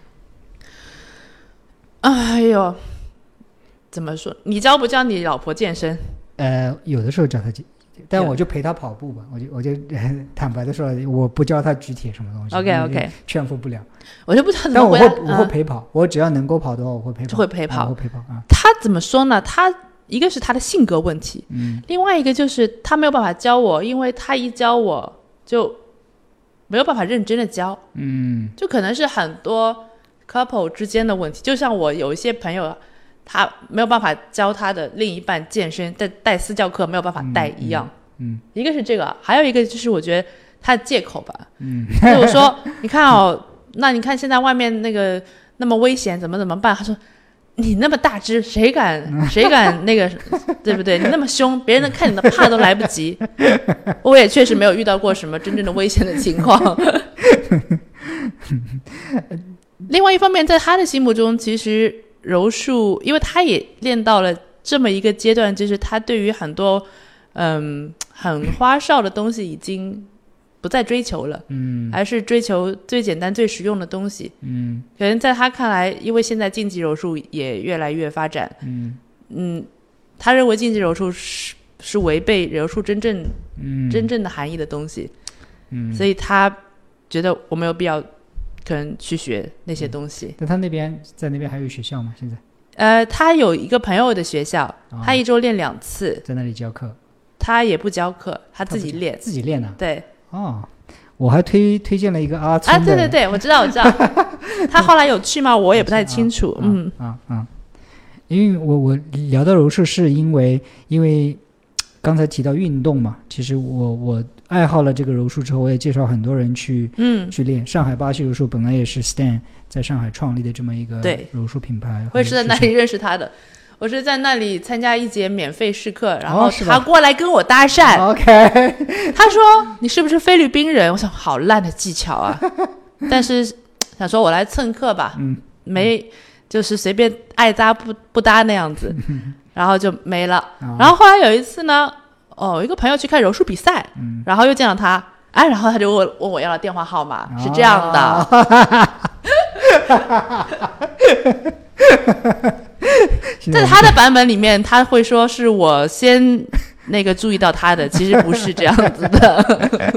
哎呦，怎么说？你教不教你老婆健身？ 有的时候教她，但我就陪她跑步吧。我就坦白的说，我不教她举铁什么东西。 OK， 劝服不了。 我就不知道怎么回答。 但我会陪跑，我只要能够跑的话，我会陪跑。 就会陪跑， 我会陪跑啊。 他怎么说呢？他一个是他的性格问题，另外一个就是他没有办法教我，因为他一教我就没有办法认真的教。就可能是很多 couple 之间的问题。就像我有一些朋友，他没有办法教他的另一半健身，带私教课没有办法带一样。一个是这个，还有一个就是我觉得他的借口吧。就是我说你看哦，那你看现在外面那个那么危险，怎么办？他说你那么大只，谁敢那个，对不对？你那么凶，别人看你的怕都来不及。我也确实没有遇到过什么真正的危险的情况。另外一方面，在他的心目中，其实柔术，因为他也练到了这么一个阶段，就是他对于很多很花哨的东西已经不再追求了，还是追求最简单最实用的东西。可能在他看来，因为现在竞技柔术也越来越发展，他认为竞技柔术是违背柔术真正的含义的东西，所以他觉得我没有必要可能去学那些东西。 那他在那边还有学校吗？现在他有一个朋友的学校，他一周练2次， 在那里教课。 他也不教课，他自己练。 自己练啊？ 对。 我还推荐了一个阿村的。对，我知道。他后来有去吗？我也不太清楚。 因为我聊到柔术是因为刚才提到运动嘛，其实我爱好了这个柔术之后，我也介绍很多人去练。上海巴西柔术本来也是 Stan 在上海创立的这么一个柔术品牌。 我也是在那里认识他的。我是在那里参加一节免费试课，然后他过来跟我搭讪。 OK， 他说你是不是菲律宾人？我想好烂的技巧啊，但是想说我来蹭课吧，没就是随便爱搭不搭那样子，然后就没了。然后后来有一次呢，一个朋友去看柔术比赛，然后又见到他，然后他就问我要了电话号码，是这样的。在他的版本里面，他会说是我先那个注意到他的，其实不是这样子的。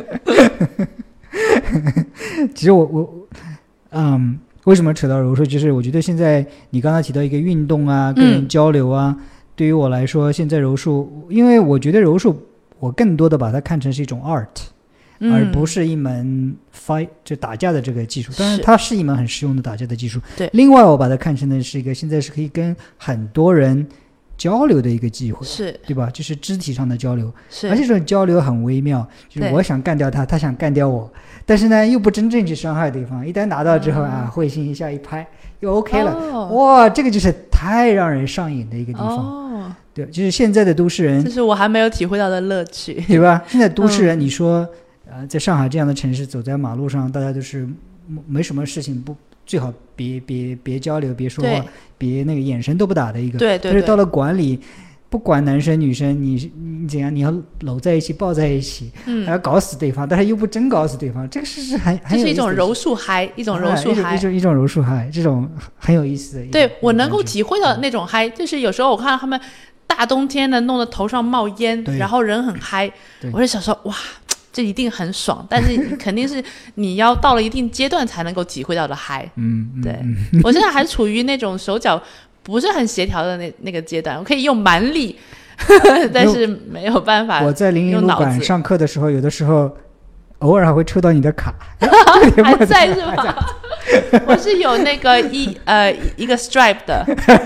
其实我为什么扯到柔术？就是我觉得现在你刚才提到一个运动啊，跟人交流啊，对于我来说，现在柔术，因为我觉得柔术，我更多的把它看成是一种 art。而不是一门 fight 就打架的这个技术，当然它是一门很实用的打架的技术。 对， 另外我把它看成的是一个现在是可以跟很多人交流的一个机会， 是， 对吧？就是肢体上的交流， 是， 而且这种交流很微妙，就是我想干掉他，他想干掉我，但是呢又不真正去伤害对方。一旦拿到之后会心一笑一拍，又 OK 了。哇，这个就是太让人上瘾的一个地方。对，就是现在的都市人， 这是我还没有体会到的乐趣， 对吧？现在都市人，你说。 在上海这样的城市，走在马路上，大家都是没什么事情最好别交流，别说话，别那个眼神都不打的一个。 对。 但是到了馆里，不管男生女生，你怎样，你要搂在一起，抱在一起，还要搞死对方，但是又不真搞死对方，这个是很有意思的。 这是一种柔术嗨，一种柔术嗨， 一种柔术嗨，这种很有意思的。 对，我能够体会到那种嗨，就是有时候我看到他们大冬天的弄得头上冒烟，然后人很嗨，我就想说哇。这一定很爽，但是肯定是你要到了一定阶段才能够体会到的嗨。对，我现在还处于那种手脚不是很协调的那个阶段，我可以用蛮力，但是没有办法。 我在零零路馆上课的时候，有的时候偶尔还会抽到你的卡， 还在是吧？我是有那个一个 stripe 的。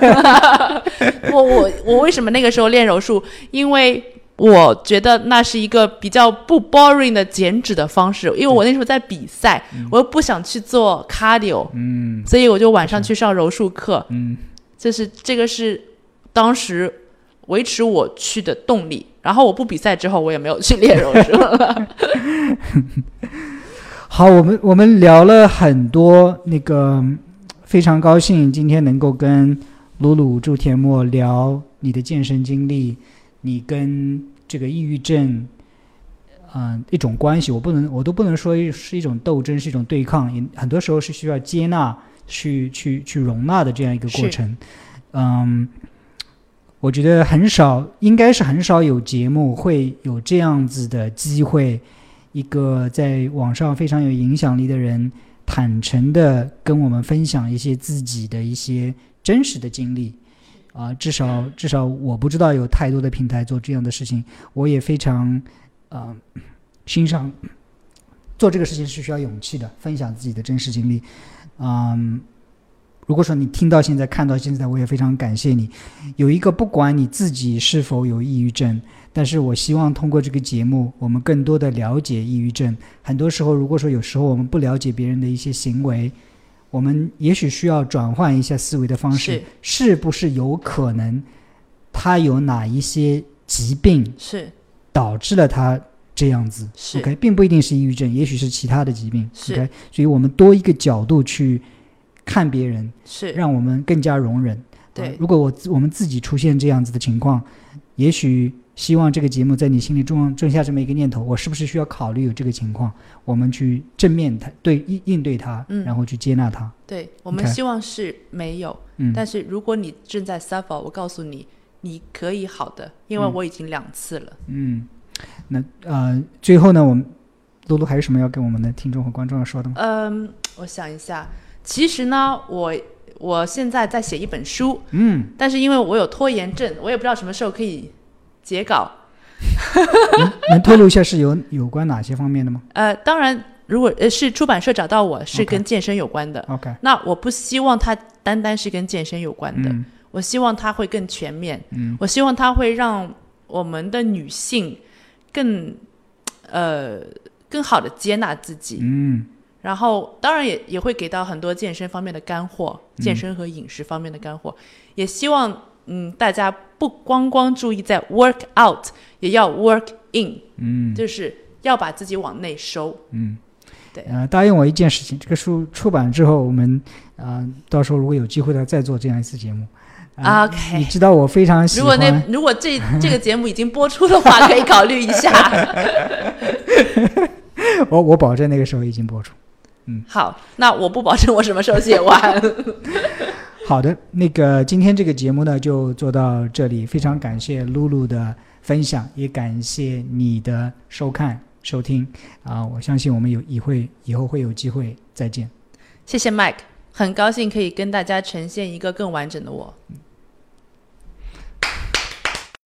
我为什么那个时候练柔术？因为我觉得那是一个比较不 boring 的减脂的方式，因为我那时候在比赛，我又不想去做 cardio，所以我就晚上去上柔术课，这个是当时维持我去的动力。然后我不比赛之后，我也没有去练柔术了。 好，我们聊了很多，那个非常高兴今天能够跟鲁鲁祝田墨聊你的健身经历。你跟这个抑郁症，一种关系，我都不能说是一种斗争，是一种对抗，很多时候是需要接纳、去容纳的这样一个过程。我觉得应该是很少有节目会有这样子的机会，一个在网上非常有影响力的人，坦诚的跟我们分享一些自己的一些真实的经历。至少我不知道有太多的平台做这样的事情，我也非常欣赏做这个事情是需要勇气的，分享自己的真实经历。如果说你听到现在看到现在，我也非常感谢你。有一个不管你自己是否有抑郁症，但是我希望通过这个节目我们更多的了解抑郁症。很多时候如果说有时候我们不了解别人的一些行为，我们也许需要转换一下思维的方式，是不是有可能他有哪一些疾病是导致了他这样子 OK， 并不一定是抑郁症，也许是其他的疾病 OK， 所以我们多一个角度去看别人，是让我们更加容忍。对，如果我们自己出现这样子的情况，也许希望这个节目在你心里种下这么一个念头，我是不是需要考虑有这个情况，我们去正面应对它，然后去接纳它。对，我们希望是没有，但是如果你正在 suffer， 我告诉你你可以好的，因为我已经2次了。那最后呢，我们露露还有什么要跟我们的听众和观众要说的吗？我想一下，其实呢我现在在写一本书，但是因为我有拖延症，我也不知道什么时候可以截稿。能透露一下是有关哪些方面的吗？当然如果是出版社找到我是跟健身有关的 OK， 那我不希望它单单是跟健身有关的，我希望它会更全面，我希望它会让我们的女性更好的接纳自己，然后当然也会给到很多健身方面的干货，健身和饮食方面的干货，也希望大家不光注意在 work out， 也要 work in，就是要把自己往内收。对，答应我一件事情，这个书出版之后，我们到时候如果有机会的再做这样一次节目。OK， 你知道我非常喜欢。如果这个节目已经播出的话，可以考虑一下。我保证那个时候已经播出。好，那我不保证我什么时候写完。好的，那个今天这个节目呢就做到这里，非常感谢露露的分享，也感谢你的收听我相信我们以后会有机会再见。谢谢 Mike， 很高兴可以跟大家呈现一个更完整的我。